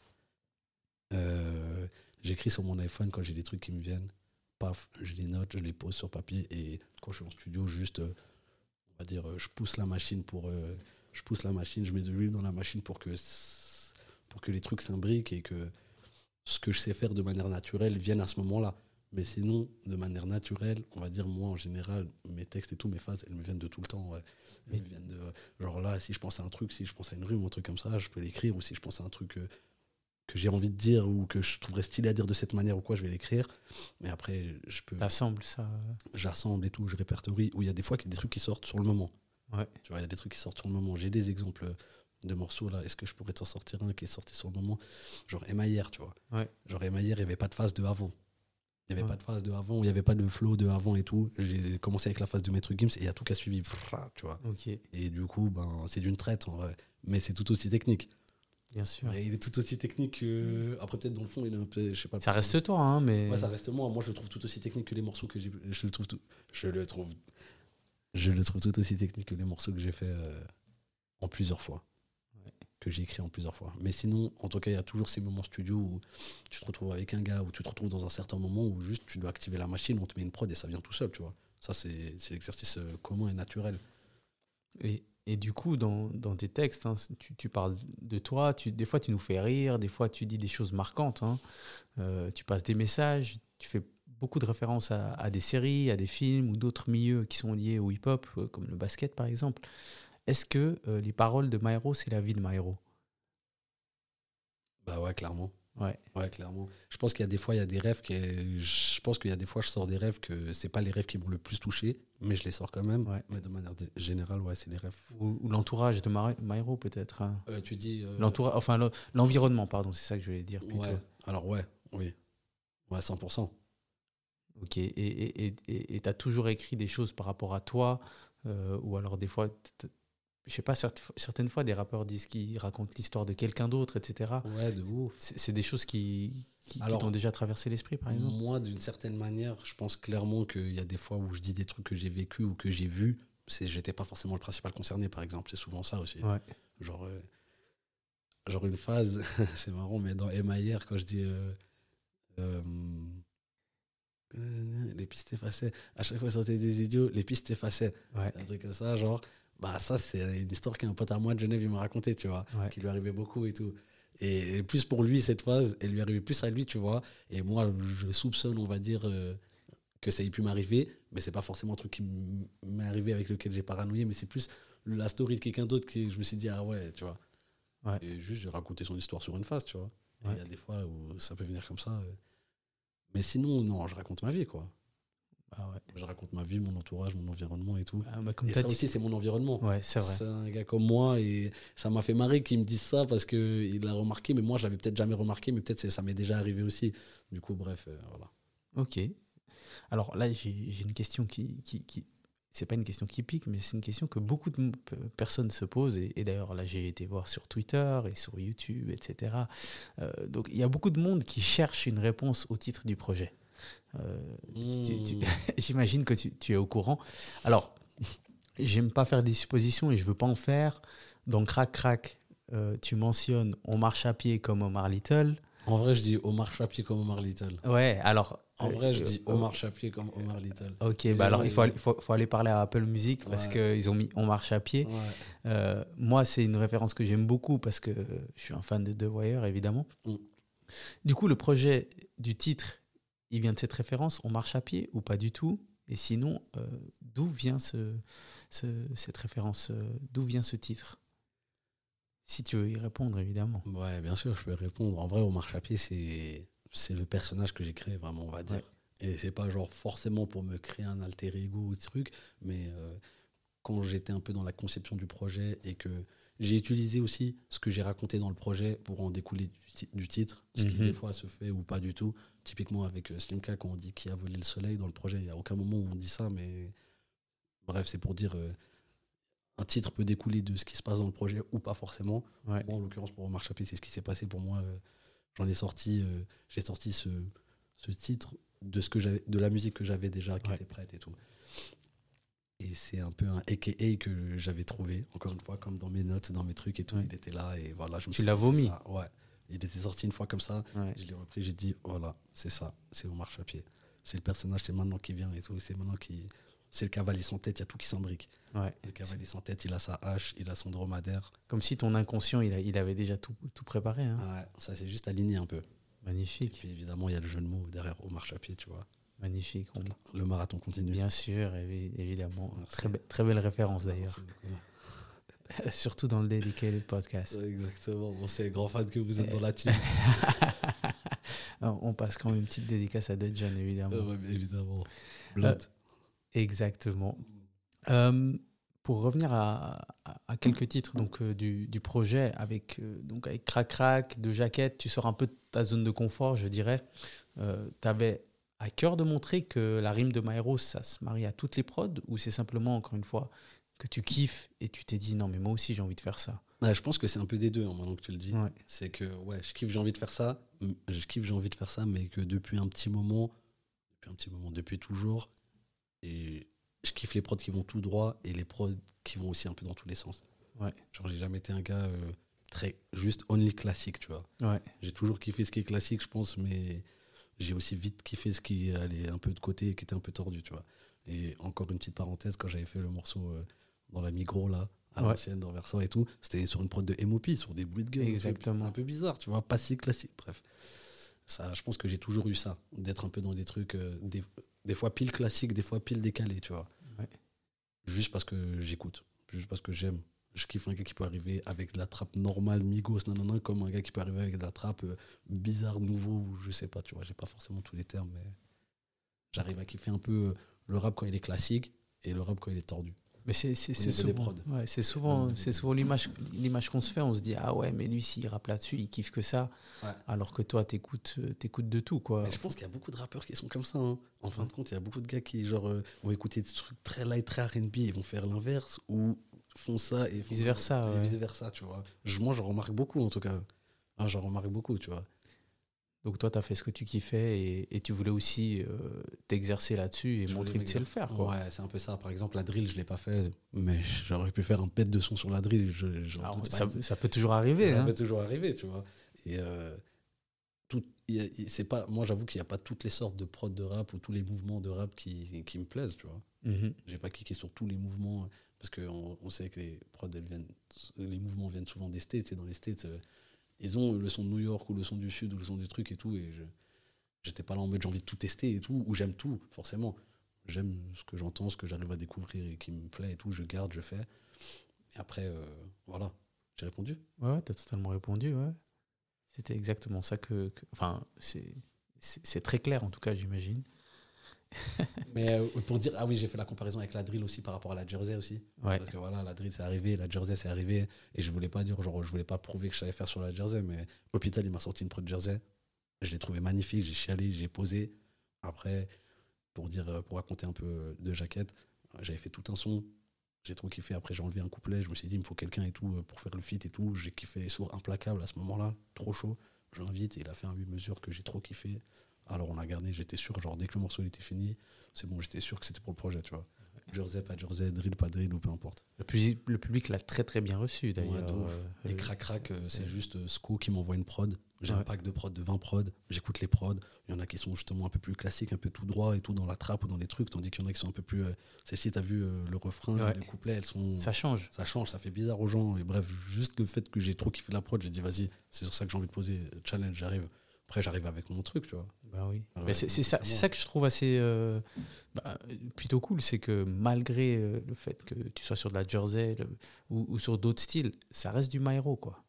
Euh, j'écris sur mon iPhone quand j'ai des trucs qui me viennent. Paf, je les note, je les pose sur papier et quand je suis en studio, juste, euh, on va dire, euh, je pousse la machine pour... Euh, je pousse la machine, je mets de l'huile dans la machine pour que, pour que les trucs s'imbriquent et que ce que je sais faire de manière naturelle vienne à ce moment-là. Mais sinon, de manière naturelle, on va dire, moi, en général, mes textes et tout, mes phases, elles me viennent de tout le temps. Ouais. Elles me viennent de, genre là, si je pense à un truc, si je pense à une rime ou un truc comme ça, je peux l'écrire. Ou si je pense à un truc euh, que j'ai envie de dire ou que je trouverais stylé à dire de cette manière ou quoi, je vais l'écrire. Mais après, je peux... T'assembles ça. J'assemble et tout, je répertorie. Ou il y a des fois qu'il y a des trucs qui sortent sur le moment. Ouais. Tu vois, il y a des trucs qui sortent sur le moment. J'ai des exemples de morceaux là. Est-ce que je pourrais t'en sortir un qui est sorti sur le moment ? Genre Émaillère, tu vois. Ouais. Genre Émaillère, il n'y avait pas de phase de avant. Il n'y avait ouais. pas de phase de avant, il n'y avait pas de flow de avant et tout. J'ai commencé avec la phase de Maître Gims et il y a tout qui a suivi, tu vois. Okay. Et du coup, ben, c'est d'une traite en vrai. Mais c'est tout aussi technique. Bien sûr. Et il est tout aussi technique que... Après, peut-être dans le fond, il est un peu... Je sais pas. Ça reste toi, hein, mais... Ouais, ça reste moi. Moi, je le trouve tout aussi technique que les morceaux que j'ai... Je le trouve tout... Je le trouve... Je le trouve tout aussi technique que les morceaux que j'ai fait euh, en plusieurs fois. Que j'ai écrit en plusieurs fois. Mais sinon, en tout cas, il y a toujours ces moments studio où tu te retrouves avec un gars, où tu te retrouves dans un certain moment où juste tu dois activer la machine, on te met une prod et ça vient tout seul, tu vois. Ça, c'est, c'est l'exercice euh, commun et naturel. Et, et du coup, dans, dans tes textes, hein, tu, tu parles de toi, tu, des fois tu nous fais rire, des fois tu dis des choses marquantes, hein. euh, tu passes des messages, tu fais beaucoup de références à, à des séries, à des films ou d'autres milieux qui sont liés au hip-hop, euh, comme le basket par exemple. Est-ce que euh, les paroles de Maero, c'est la vie de Maero ? Bah ouais, clairement. Ouais. Ouais, clairement. Je pense qu'il y a des fois, il y a des rêves qui... Je pense qu'il y a des fois, je sors des rêves que c'est pas les rêves qui m'ont le plus touché, mais je les sors quand même. Ouais. Mais de manière générale, ouais, c'est les rêves. Ou, ou l'entourage de Maero, peut-être. Hein. Euh, tu dis... Euh... L'entourage, enfin, le, l'environnement, pardon, c'est ça que je voulais dire plutôt. Ouais. Alors ouais, oui. Ouais, cent pour cent. Ok. Et et, et, et, et t'as toujours écrit des choses par rapport à toi, euh, ou alors des fois... Je sais pas, certaines fois, des rappeurs disent qu'ils racontent l'histoire de quelqu'un d'autre, et cetera. Ouais, de ouf. C'est, c'est des choses qui, qui, Alors, qui t'ont déjà traversé l'esprit, par exemple ? Moi, d'une certaine manière, je pense clairement qu'il y a des fois où je dis des trucs que j'ai vécu ou que j'ai vus. C'est, j'étais pas forcément le principal concerné, par exemple. C'est souvent ça aussi. Ouais. Genre, euh, genre une phase, c'est marrant, mais dans Émaillère, quand je dis... Euh, euh, les pistes effacées. À chaque fois, sortait des idiots, les pistes effacées. Ouais. Un truc comme ça, genre... Bah ça, c'est une histoire qu'un pote à moi de Genève, il m'a raconté, tu vois, ouais. Qui lui arrivait beaucoup et tout. Et plus pour lui, cette phase, elle lui arrivait plus à lui, tu vois. Et moi, je soupçonne, on va dire, euh, que ça ait pu m'arriver, mais c'est pas forcément un truc qui m'est arrivé avec lequel j'ai paranoïé, mais c'est plus la story de quelqu'un d'autre que je me suis dit, ah ouais, tu vois. Ouais. Et juste, j'ai raconté son histoire sur une phase, tu vois. Il ouais. y a des fois où ça peut venir comme ça. Mais sinon, non, je raconte ma vie, quoi. Ah ouais. Je raconte ma vie, mon entourage, mon environnement et tout. Ah bah comme et ça dit... aussi, c'est mon environnement. Ouais, c'est vrai. C'est un gars comme moi et ça m'a fait marrer qu'il me dise ça parce qu'il l'a remarqué, mais moi, je l'avais peut-être jamais remarqué, mais peut-être ça m'est déjà arrivé aussi. Du coup, bref, euh, voilà. Ok. Alors là, j'ai, j'ai une question qui, qui, qui... c'est pas une question qui pique, mais c'est une question que beaucoup de personnes se posent. Et, et d'ailleurs, là, j'ai été voir sur Twitter et sur YouTube, et cetera. Euh, donc, il y a beaucoup de monde qui cherche une réponse au titre du projet. Euh, mmh. tu, tu, j'imagine que tu, tu es au courant. Alors, j'aime pas faire des suppositions et je veux pas en faire. Dans Crac Crac, euh, tu mentionnes On marche à pied comme Omar Little. En vrai, je dis On marche à pied comme Omar Little. Ouais, alors. En vrai, je dis On marche à pied comme Omar Little. Ok, bah alors il faut, aller, faut, faut aller parler à Apple Music parce ouais. qu'ils ont mis On marche à pied. Ouais. Euh, moi, c'est une référence que j'aime beaucoup parce que je suis un fan de The Wire, évidemment. Mm. Du coup, le projet du titre, il vient de cette référence, On marche à pied ou pas du tout? Et sinon, euh, d'où vient ce, ce, cette référence, euh, d'où vient ce titre? Si tu veux y répondre, évidemment. Ouais, bien sûr, je peux y répondre. En vrai, On marche à pied, c'est, c'est le personnage que j'ai créé, vraiment, on va dire. Ouais. Et c'est pas genre forcément pour me créer un alter ego ou des trucs, mais euh, quand j'étais un peu dans la conception du projet et que j'ai utilisé aussi ce que j'ai raconté dans le projet pour en découler du, t- du titre, ce mm-hmm. qui des fois se fait ou pas du tout. Typiquement avec euh, Slimka, quand on dit qui a volé le soleil dans le projet, il n'y a aucun moment où on dit ça, mais bref, c'est pour dire euh, un titre peut découler de ce qui se passe dans le projet ou pas forcément. Ouais. Moi, en l'occurrence, pour Omar Chappé, c'est ce qui s'est passé pour moi. Euh, j'en ai sorti, euh, j'ai sorti ce, ce titre de ce que j'avais, de la musique que j'avais déjà qui ouais. était prête et tout. Et c'est un peu un A K A que j'avais trouvé, encore une fois, comme dans mes notes, dans mes trucs et tout, ouais. il était là et voilà. Je me tu l'as vomi ça. Ouais, il était sorti une fois comme ça, ouais. je l'ai repris, j'ai dit voilà, c'est ça, c'est Omar Chappé. C'est le personnage, c'est maintenant qui vient et tout, c'est maintenant qui... C'est le cavalier sans tête, il y a tout qui s'imbrique. Ouais. Le cavalier sans tête, il a sa hache, il a son dromadaire. Comme si ton inconscient, il, a, il avait déjà tout, tout préparé. Hein. Ouais, ça c'est juste aligné un peu. Magnifique. Et puis évidemment, il y a le jeu de mots derrière Omar Chappé, tu vois. Magnifique. On... Le marathon continue. Bien sûr, évidemment. Très, be- très belle référence d'ailleurs. Surtout dans le Dedicated Podcast. Ouais, exactement. Bon, c'est grand fan que vous êtes dans la team. On passe quand même une petite dédicace à Deadjan, évidemment. Euh, ouais, évidemment. Blood. Euh, exactement. Euh, pour revenir à, à, à quelques titres donc, euh, du, du projet, avec, euh, donc, avec Crac Crac, de Jaquette, tu sors un peu de ta zone de confort, je dirais. Euh, tu avais à cœur de montrer que la rime de Maero, ça se marie à toutes les prods, ou c'est simplement, encore une fois, que tu kiffes et tu t'es dit non, mais moi aussi j'ai envie de faire ça? Ouais, je pense que c'est un peu des deux, hein, maintenant que tu le dis. Ouais. C'est que ouais, je kiffe, j'ai envie de faire ça, je kiffe, j'ai envie de faire ça, mais que depuis un petit moment, depuis un petit moment, depuis toujours, et je kiffe les prods qui vont tout droit et les prods qui vont aussi un peu dans tous les sens. Ouais. Genre, j'ai jamais été un gars euh, très juste only classique, tu vois. Ouais. J'ai toujours kiffé ce qui est classique, je pense, mais j'ai aussi vite kiffé ce qui allait un peu de côté et qui était un peu tordu, tu vois. Et encore une petite parenthèse, quand j'avais fait le morceau euh, dans la Migros, là, à ouais. l'ancienne, dans Versailles et tout, c'était sur une prod de M O P, sur des bruits de gueule. Exactement. Un peu, un peu bizarre, tu vois, pas si classique, bref. Ça, je pense que j'ai toujours eu ça, d'être un peu dans des trucs, euh, des, des fois pile classique, des fois pile décalé, tu vois. Ouais. Juste parce que j'écoute, juste parce que j'aime. Je kiffe un gars qui peut arriver avec de la trappe normale, Migos, nanana, comme un gars qui peut arriver avec de la trappe euh, bizarre, nouveau, ou je sais pas, tu vois, j'ai pas forcément tous les termes, mais j'arrive à kiffer un peu le rap quand il est classique et le rap quand il est tordu. Mais c'est, c'est, c'est souvent, ouais, c'est souvent, c'est souvent l'image, l'image qu'on se fait, on se dit ah ouais, mais lui s'il rappe là-dessus, il kiffe que ça, ouais. alors que toi t'écoutes, t'écoutes de tout, quoi. Mais je pense qu'il y a beaucoup de rappeurs qui sont comme ça, hein. En fin de compte, il y a beaucoup de gars qui genre euh, vont écouter des trucs très light, très R and B et vont faire l'inverse ou font ça et vice versa, et ouais. vice versa, tu vois. Je, moi, j'en remarque beaucoup en tout cas. Ah, j'en remarque beaucoup, tu vois. Donc toi, tu as fait ce que tu kiffais et, et tu voulais aussi euh, t'exercer là-dessus et je montrer que tu sais le faire, quoi. Ouais, c'est un peu ça. Par exemple, la drill, je l'ai pas fait, mais j'aurais pu faire un pet de son sur la drill. Je, je Alors, ça, ça peut toujours arriver. Ça hein. peut toujours arriver, tu vois. Et euh, tout, y a, y, c'est pas, moi, j'avoue qu'il n'y a pas toutes les sortes de prods de rap ou tous les mouvements de rap qui, qui me plaisent, tu vois. Mm-hmm. J'ai pas kické sur tous les mouvements parce qu'on on sait que les prods, elles viennent, les mouvements viennent souvent des States. Et dans les States, euh, ils ont le son de New York ou le son du Sud ou le son du truc et tout. Et je, j'étais pas là en mode j'ai envie de tout tester et tout, ou j'aime tout, forcément. J'aime ce que j'entends, ce que j'arrive à découvrir et qui me plaît et tout, je garde, je fais. Et après, euh, voilà, j'ai répondu. Ouais, ouais, t'as totalement répondu, ouais. C'était exactement ça que... que enfin, c'est, c'est, c'est très clair en tout cas, j'imagine. Mais euh, pour dire, ah oui, j'ai fait la comparaison avec la drill aussi par rapport à la Jersey aussi. Ouais. Parce que voilà, la drill c'est arrivé, la Jersey c'est arrivé, et je voulais pas dire, genre, je voulais pas prouver que je savais faire sur la Jersey, mais Hôpital, il m'a sorti une prod Jersey. Je l'ai trouvé magnifique, j'ai chialé, j'ai posé. Après, pour dire, pour raconter un peu de Jaquette, J'avais fait tout un son. J'ai trop kiffé. Après, j'ai enlevé un couplet. Je me suis dit, il me faut quelqu'un et tout pour faire le feat et tout. J'ai kiffé sur Implacable à ce moment-là. Trop chaud. Je l'invite et il a fait un huit mesures que j'ai trop kiffé. Alors, on a gardé. J'étais sûr, genre, dès que le morceau était fini, c'est bon, j'étais sûr que c'était pour le projet, tu vois. Jersey, pas Jersey, drill, pas drill, ou peu importe. Le, plus, le public l'a très très bien reçu d'ailleurs. Ouais, euh, et crac crac, euh, c'est ouais. juste euh, Sco qui m'envoie une prod. J'ai ouais. un pack de prod de vingt prods. J'écoute les prods. Il y en a qui sont justement un peu plus classiques, un peu tout droit et tout dans la trappe ou dans des trucs. Tandis qu'il y en a qui sont un peu plus. Euh, c'est si t'as vu euh, le refrain, ouais. les couplets, elles sont. Ça change. Ça change, ça fait bizarre aux gens. Et bref, juste le fait que j'ai trop kiffé la prod, j'ai dit vas-y, c'est sur ça que j'ai envie de poser. Challenge, j'arrive. Après, j'arrive avec mon truc, tu vois. Bah oui. Ouais, bah c'est, c'est, ça, c'est ça que je trouve assez euh, bah, plutôt cool, c'est que malgré euh, le fait que tu sois sur de la Jersey le, ou, ou sur d'autres styles, ça reste du Myro, quoi.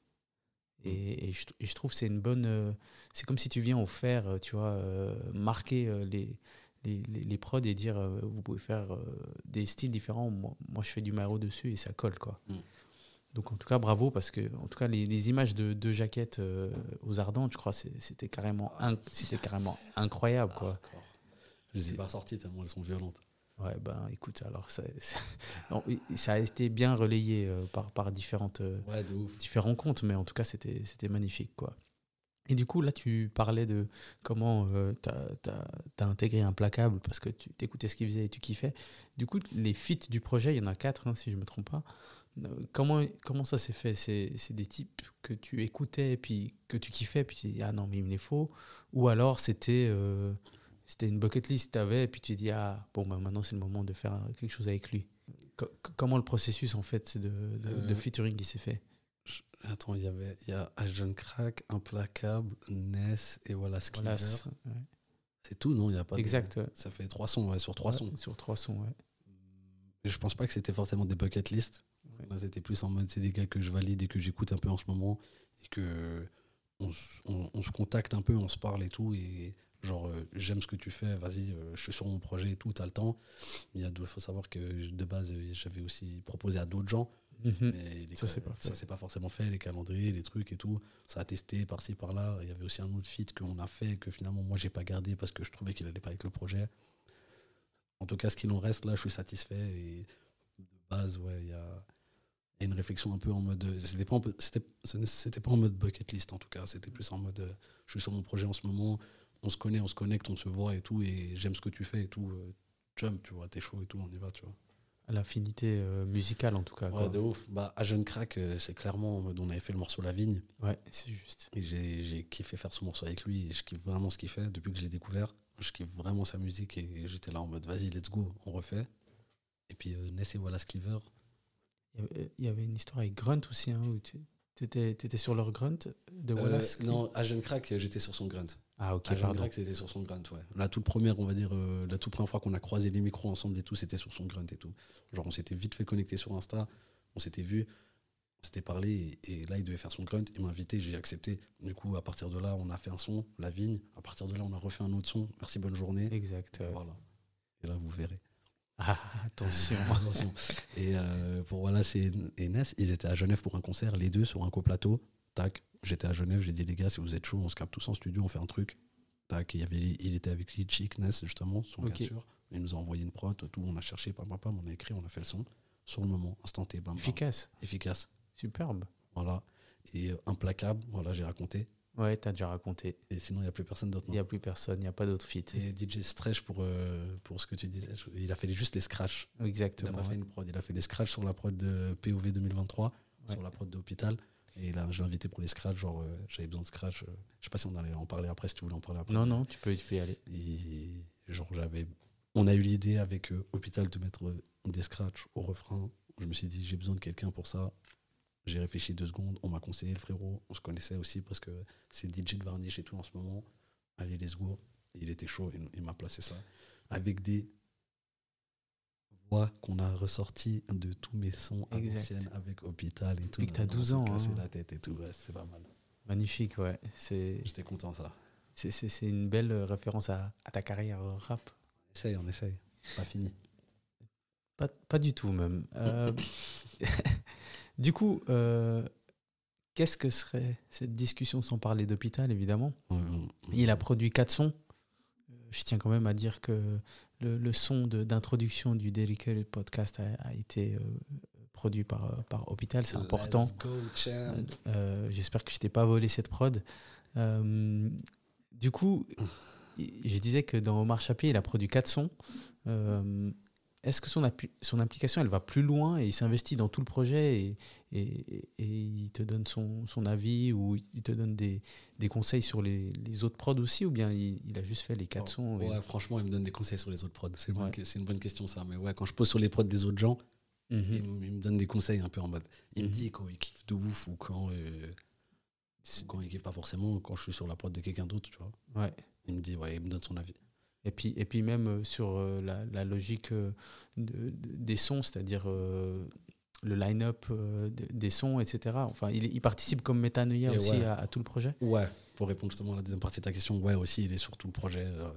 Et, et, je, et je trouve que c'est une bonne. Euh, c'est comme si tu viens au fer, tu vois, euh, marquer euh, les, les, les, les prods et dire euh, vous pouvez faire euh, des styles différents. Moi, moi, je fais du Myro dessus et ça colle, quoi. Mm. Donc en tout cas bravo parce que en tout cas les, les images de, de Jaquette euh, aux Ardentes, je crois c'est, c'était carrément inc- c'était carrément incroyable quoi. Ah, je les ai pas sorties tellement elles sont violentes. Ouais ben écoute alors ça, ça, non, ça a été bien relayé euh, par par différentes euh, ouais, de ouf. différents comptes mais en tout cas c'était c'était magnifique quoi. Et du coup là tu parlais de comment euh, t'as, t'as, t'as intégré Implacable parce que tu t'écoutais ce qu'il faisait et tu kiffais. Du coup les feats du projet, il y en a quatre hein, si je me trompe pas. Comment, comment ça s'est fait c'est, c'est des types que tu écoutais et puis que tu kiffais puis tu dis ah non mais il me les faut ou alors c'était, euh, c'était une bucket list que tu avais et puis tu dis ah bon bah maintenant c'est le moment de faire quelque chose avec lui. Co- comment le processus en fait de, de, euh, de featuring qui s'est fait? je, Attends, il y avait il y a Agent Crack, Implacable, Ness et voilà Cleaver. Voilà, ouais. C'est tout non il y a pas exact de, ouais. Ça fait trois sons ouais, sur trois ouais, sons sur trois sons ouais. Et je pense pas que c'était forcément des bucket list. Ouais. Là, c'était plus en mode c'est des gars que je valide et que j'écoute un peu en ce moment et que on, on, on se contacte un peu, on se parle et tout et genre euh, j'aime ce que tu fais, vas-y, euh, je suis sur mon projet et tout, t'as le temps. Il y a, faut savoir que de base j'avais aussi proposé à d'autres gens, mmh. mais les ça cal- c'est pas fait. Ça s'est pas forcément fait, les calendriers, les trucs et tout. Ça a testé par-ci par-là. Il y avait aussi un autre feat qu'on a fait que finalement moi j'ai pas gardé parce que je trouvais qu'il allait pas avec le projet. En tout cas, ce qu'il en reste là, je suis satisfait et de base, ouais, il y a, y a une réflexion un peu en mode. C'était pas en, c'était, c'était pas en mode bucket list en tout cas, c'était plus en mode. Je suis sur mon projet en ce moment, on se connaît, on se connecte, on se voit et tout, et j'aime ce que tu fais et tout. Euh, jump, tu vois, t'es chaud et tout, on y va, tu vois. L'affinité euh, musicale en tout cas. Ouais, quoi. de ouf. Bah, Agent Crack, euh, c'est clairement en mode on avait fait le morceau La Vigne. Ouais, c'est juste. Et j'ai, j'ai kiffé faire ce morceau avec lui, et je kiffe vraiment ce qu'il fait depuis que je l'ai découvert. Je kiffe vraiment sa musique, et j'étais là en mode vas-y, let's go, on refait. Et puis euh, Ness et voilà Cleaver. Il y avait une histoire avec Grunt aussi, hein, où tu étais sur leur Grunt de Wallace euh, Non, Agent Crack, j'étais sur son Grunt. Ah ok, Agent pardon. Crack, c'était sur son Grunt, ouais. La toute première, on va dire, euh, la toute première fois qu'on a croisé les micros ensemble et tout, c'était sur son Grunt et tout. Genre, on s'était vite fait connecter sur Insta, on s'était vu, on s'était parlé, et, et là, il devait faire son Grunt, il m'a invité, j'ai accepté. Du coup, à partir de là, on a fait un son, La Vigne. À partir de là, on a refait un autre son, Merci, bonne journée. Exact. Et ouais. voilà. Et là, vous verrez. Ah, attention. attention. Et euh, pour voilà, c'est et Ness, ils étaient à Genève pour un concert, les deux sur un coplateau. Tac, j'étais à Genève, j'ai dit les gars, si vous êtes chaud, on se capte tous en studio, on fait un truc. Tac, il y avait, il était avec Litchik, Ness justement, son okay. gars sûr. Il nous a envoyé une prod, tout, on a cherché, pam, pam, pam, on a écrit, on a fait le son sur le moment, instanté, bam, bam. Efficace. Efficace. Superbe. Voilà. Et euh, Implacable, voilà, j'ai raconté. Ouais, t'as déjà raconté. Et sinon, il n'y a plus personne d'autre. Il n'y a plus personne, il n'y a pas d'autre feat. Et D J Stretch, pour, euh, pour ce que tu disais, il a fait juste les scratchs. Exactement. Il n'a pas ouais. fait une prod, il a fait les scratchs sur la prod de P O V deux mille vingt-trois, ouais. Sur la prod d'Hôpital. Et là, j'ai invité pour les scratchs, genre, euh, j'avais besoin de scratch. Euh, je sais pas si on allait en parler après, si tu voulais en parler après. Non, non, tu peux, tu peux y aller. Et genre, j'avais. On a eu l'idée avec euh, Hôpital de mettre euh, des scratchs au refrain. Je me suis dit, j'ai besoin de quelqu'un pour ça. J'ai réfléchi deux secondes, on m'a conseillé le frérot, on se connaissait aussi parce que c'est D J de Varnish et tout en ce moment. Allez, let's go. Il était chaud, il, il m'a placé ça. Avec des voix qu'on a ressorties de tous mes sons à l'ancienne avec Hôpital et tout. Depuis que t'as douze ans. C'est hein. la tête et tout, ouais, c'est pas mal. Magnifique, ouais. C'est... J'étais content, ça. C'est, c'est, c'est une belle référence à, à ta carrière rap. On essaye, on essaye. Pas fini. Pas, pas du tout, même. Euh... Du coup, euh, qu'est-ce que serait cette discussion sans parler d'Hôpital, évidemment ? Ouais, ouais. Il a produit quatre sons. je tiens quand même à dire que le, le son de, d'introduction du Dedicated Podcast a, a été euh, produit par, par Hôpital, c'est important. Let's go, champ. Euh, j'espère que je t'ai pas volé cette prod. Euh, du coup, je disais que dans Omar Chapier, il a produit quatre sons. Euh, est-ce que son, appli- son implication, elle va plus loin et il s'investit dans tout le projet et, et, et il te donne son, son avis ou il te donne des, des conseils sur les, les autres prods aussi, ou bien il, il a juste fait les quatre oh, sons Ouais, et... franchement, il me donne des conseils sur les autres prods. C'est, Ouais. bonne, c'est une bonne question, ça. Mais ouais, quand je pose sur les prods des autres gens, Mm-hmm. il, m- il me donne des conseils un peu en mode. Il Mm-hmm. me dit quand il kiffe de ouf ou quand, euh, ou quand il kiffe pas forcément, quand je suis sur la prod de quelqu'un d'autre, tu vois. Ouais. Il me dit, ouais, il me donne son avis. Et puis, et puis même euh, sur euh, la, la logique euh, de, de- des sons, c'est-à-dire euh, le line-up euh, de- des sons, et cetera. Enfin, il, il participe comme métanoïa Et aussi ouais. à, à tout le projet. Ouais, pour répondre justement à la deuxième partie de ta question, ouais, aussi, il est sur tout le projet. euh,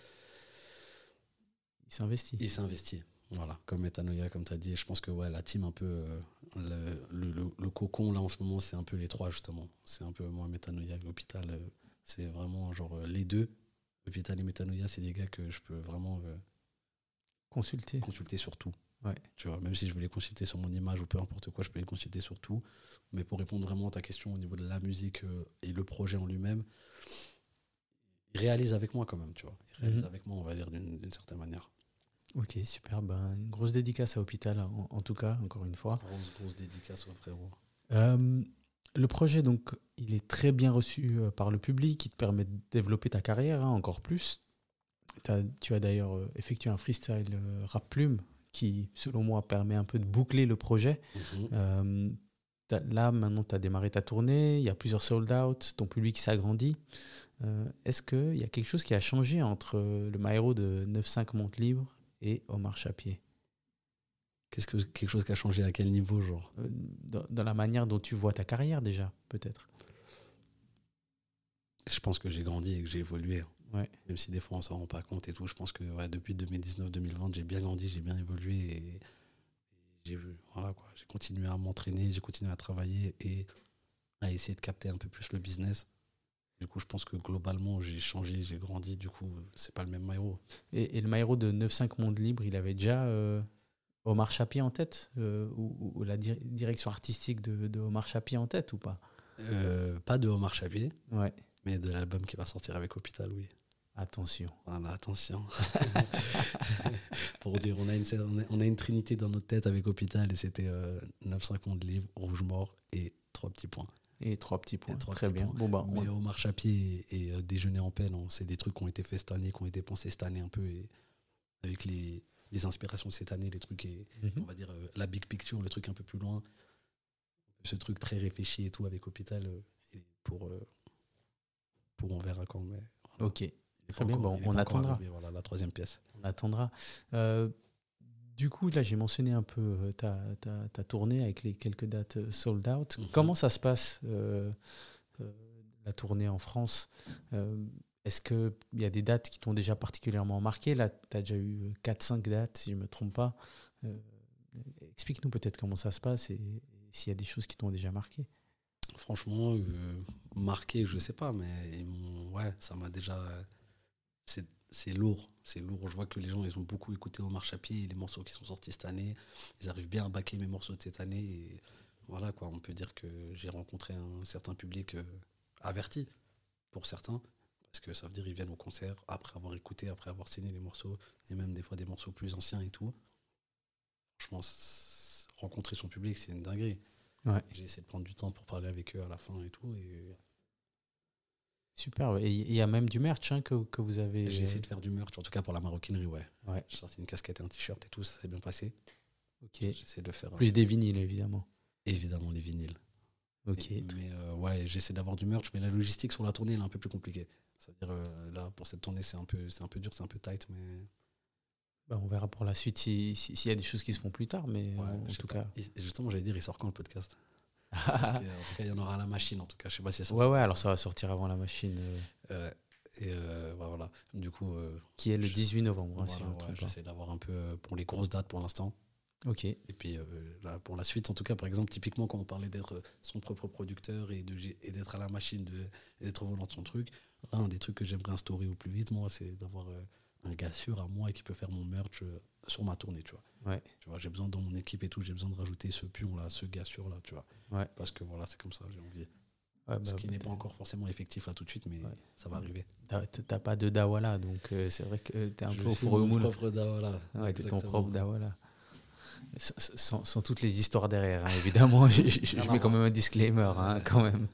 Il s'investit. il s'investit. Voilà, comme Metanoia, comme tu as dit. Je pense que ouais, la team, un peu, euh, le, le, le, le cocon, là, en ce moment, c'est un peu les trois, justement. C'est un peu moi, Metanoia et Hôpital. Euh, c'est vraiment genre euh, les deux. Hôpital et Metanoia, c'est des gars que je peux vraiment euh, Consulter. consulter sur tout. Ouais. Tu vois, même si je veux les consulter sur mon image ou peu importe quoi, je peux les consulter sur tout. Mais pour répondre vraiment à ta question au niveau de la musique euh, et le projet en lui-même, il réalise avec moi quand même, tu vois. Il réalise Mhm. avec moi, on va dire, d'une, d'une certaine manière. Ok, super. Ben, une grosse dédicace à Hôpital, en, en tout cas, encore une fois. Grosse, grosse dédicace au frérot. Euh, le projet, donc, il est très bien reçu euh, par le public. Il te permet de développer ta carrière hein, encore plus. T'as, tu as d'ailleurs euh, effectué un freestyle euh, rap plume qui, selon moi, permet un peu de boucler le projet. Mm-hmm. Euh, t'as- là, maintenant, tu as démarré ta tournée. Il y a plusieurs sold-out. Ton public s'agrandit. Euh, est-ce qu'il y a quelque chose qui a changé entre euh, le Maïro de neuf cinq Monte Libre et Omar Chapier? Qu'est-ce que, quelque chose qui a changé à quel niveau, genre Euh, dans, dans la manière dont tu vois ta carrière, déjà, peut-être. Je pense que j'ai grandi et que j'ai évolué. Ouais. Même si des fois on s'en rend pas compte et tout. Je pense que ouais, depuis deux mille dix-neuf deux mille vingt, j'ai bien grandi, j'ai bien évolué. Et j'ai, voilà, quoi, j'ai continué à m'entraîner, j'ai continué à travailler et à essayer de capter un peu plus le business. Du coup, je pense que globalement, j'ai changé, j'ai grandi. Du coup, c'est pas le même Maïro. Et, et le Maïro de neuf cinq Monde Libre, il avait déjà euh, Omar Chapier en tête euh, ou, ou la di- direction artistique de, de Omar Chapier en tête ou pas? Euh, pas de Omar Chapier, Ouais. mais de l'album qui va sortir avec Hôpital, oui. Attention. Voilà, attention. Pour dire, on a, une, on, a, on a une trinité dans notre tête avec Hôpital et c'était euh, neuf cinq Monde Libre, Rouge Mort et trois petits points. Et trois petits points. Trois Très petits bien. points. Bon, bah, Mais on... Omar Chapier et, et euh, Déjeuner en peine, hein, c'est des trucs qui ont été faits cette année, qui ont été pensés cette année un peu, et avec les, les inspirations de cette année, les trucs, et, Mhm. on va dire euh, la big picture, le truc un peu plus loin, ce truc très réfléchi et tout avec Hôpital, euh, et pour, euh, pour on verra quand. Mais, voilà. Ok. Il est Très pas bien, encore- bon, il est on pas encore attendra. arrivé, voilà, la troisième pièce. On attendra. Euh, du coup, là, j'ai mentionné un peu euh, ta, ta, ta tournée avec les quelques dates euh, sold out. Mhm. Comment ça se passe, euh, euh, la tournée en France? Euh, Est-ce qu'il y a des dates qui t'ont déjà particulièrement marqué? Là, tu as déjà eu quatre cinq dates, si je ne me trompe pas. Euh, explique-nous peut-être comment ça se passe et, et s'il y a des choses qui t'ont déjà marqué. Franchement, euh, marqué, je sais pas, mais ils m'ont- ouais, ça m'a déjà. C'est, c'est lourd, c'est lourd. Je vois que les gens, ils ont beaucoup écouté Omar Chapier et les morceaux qui sont sortis cette année. Ils arrivent bien à baquer mes morceaux de cette année. Et voilà, quoi, on peut dire que j'ai rencontré un certain public euh, averti, pour certains, parce que ça veut dire qu'ils viennent au concert après avoir écouté, après avoir signé les morceaux, et même des fois des morceaux plus anciens et tout. Franchement, c'est- rencontrer son public, c'est une dinguerie. Ouais. J'ai essayé de prendre du temps pour parler avec eux à la fin et tout. Et Super. Et il y a même du merch hein, que, que vous avez. j'ai essayé de faire du merch, en tout cas pour la maroquinerie, ouais. Ouais. J'ai sorti une casquette et un t-shirt et tout, ça s'est bien passé. Ok. J'essaie de faire. Plus des vinyles, évidemment. Évidemment, les vinyles. Ok. Et- mais euh, ouais, j'essaie d'avoir du merch, mais la logistique sur la tournée, elle est un peu plus compliquée. C'est-à-dire, euh, là, pour cette tournée, c'est un peu, c'est un peu dur, c'est un peu tight, mais. Bah, on verra pour la suite s'il si, s'il y a des choses qui se font plus tard, mais Ouais, en, en je sais tout pas. cas. Et justement, j'allais dire, il sort quand le podcast? Parce que, en tout cas, il y en aura à la machine, en tout cas. Je sais pas si ça. Ouais, ouais, alors ça va sortir avant la machine, euh, Euh, et euh, bah, voilà. Du coup. Euh, qui est le je- dix-huit novembre, hein, si voilà, je me ouais, trompe pas. j'essaie d'avoir un peu euh, pour les grosses dates pour l'instant. Ok. Et puis euh, là, pour la suite, en tout cas, par exemple, typiquement, quand on parlait d'être son propre producteur et, de, et d'être à la machine de, et d'être au volant de son truc, là, un des trucs que j'aimerais instaurer au plus vite, moi, c'est d'avoir euh, un gars sûr à moi et qui peut faire mon merch euh, sur ma tournée, tu vois. Ouais. Tu vois, j'ai besoin dans mon équipe et tout, j'ai besoin de rajouter ce pion-là, ce gars sûr-là, tu vois. Ouais. Parce que voilà, c'est comme ça, j'ai envie. Ouais, bah, ce qui bah, n'est pas encore forcément effectif là tout de suite, mais ouais. ça va arriver. T'as, t'as pas de Dawala, donc euh, c'est vrai que t'es un je peu au suis four et au mon moule. propre Dawala. Ouais, t'es ton exactement. propre Dawala. Sans, sans, sans toutes les histoires derrière, hein, évidemment. je je, je mets quand même un disclaimer, hein, quand même.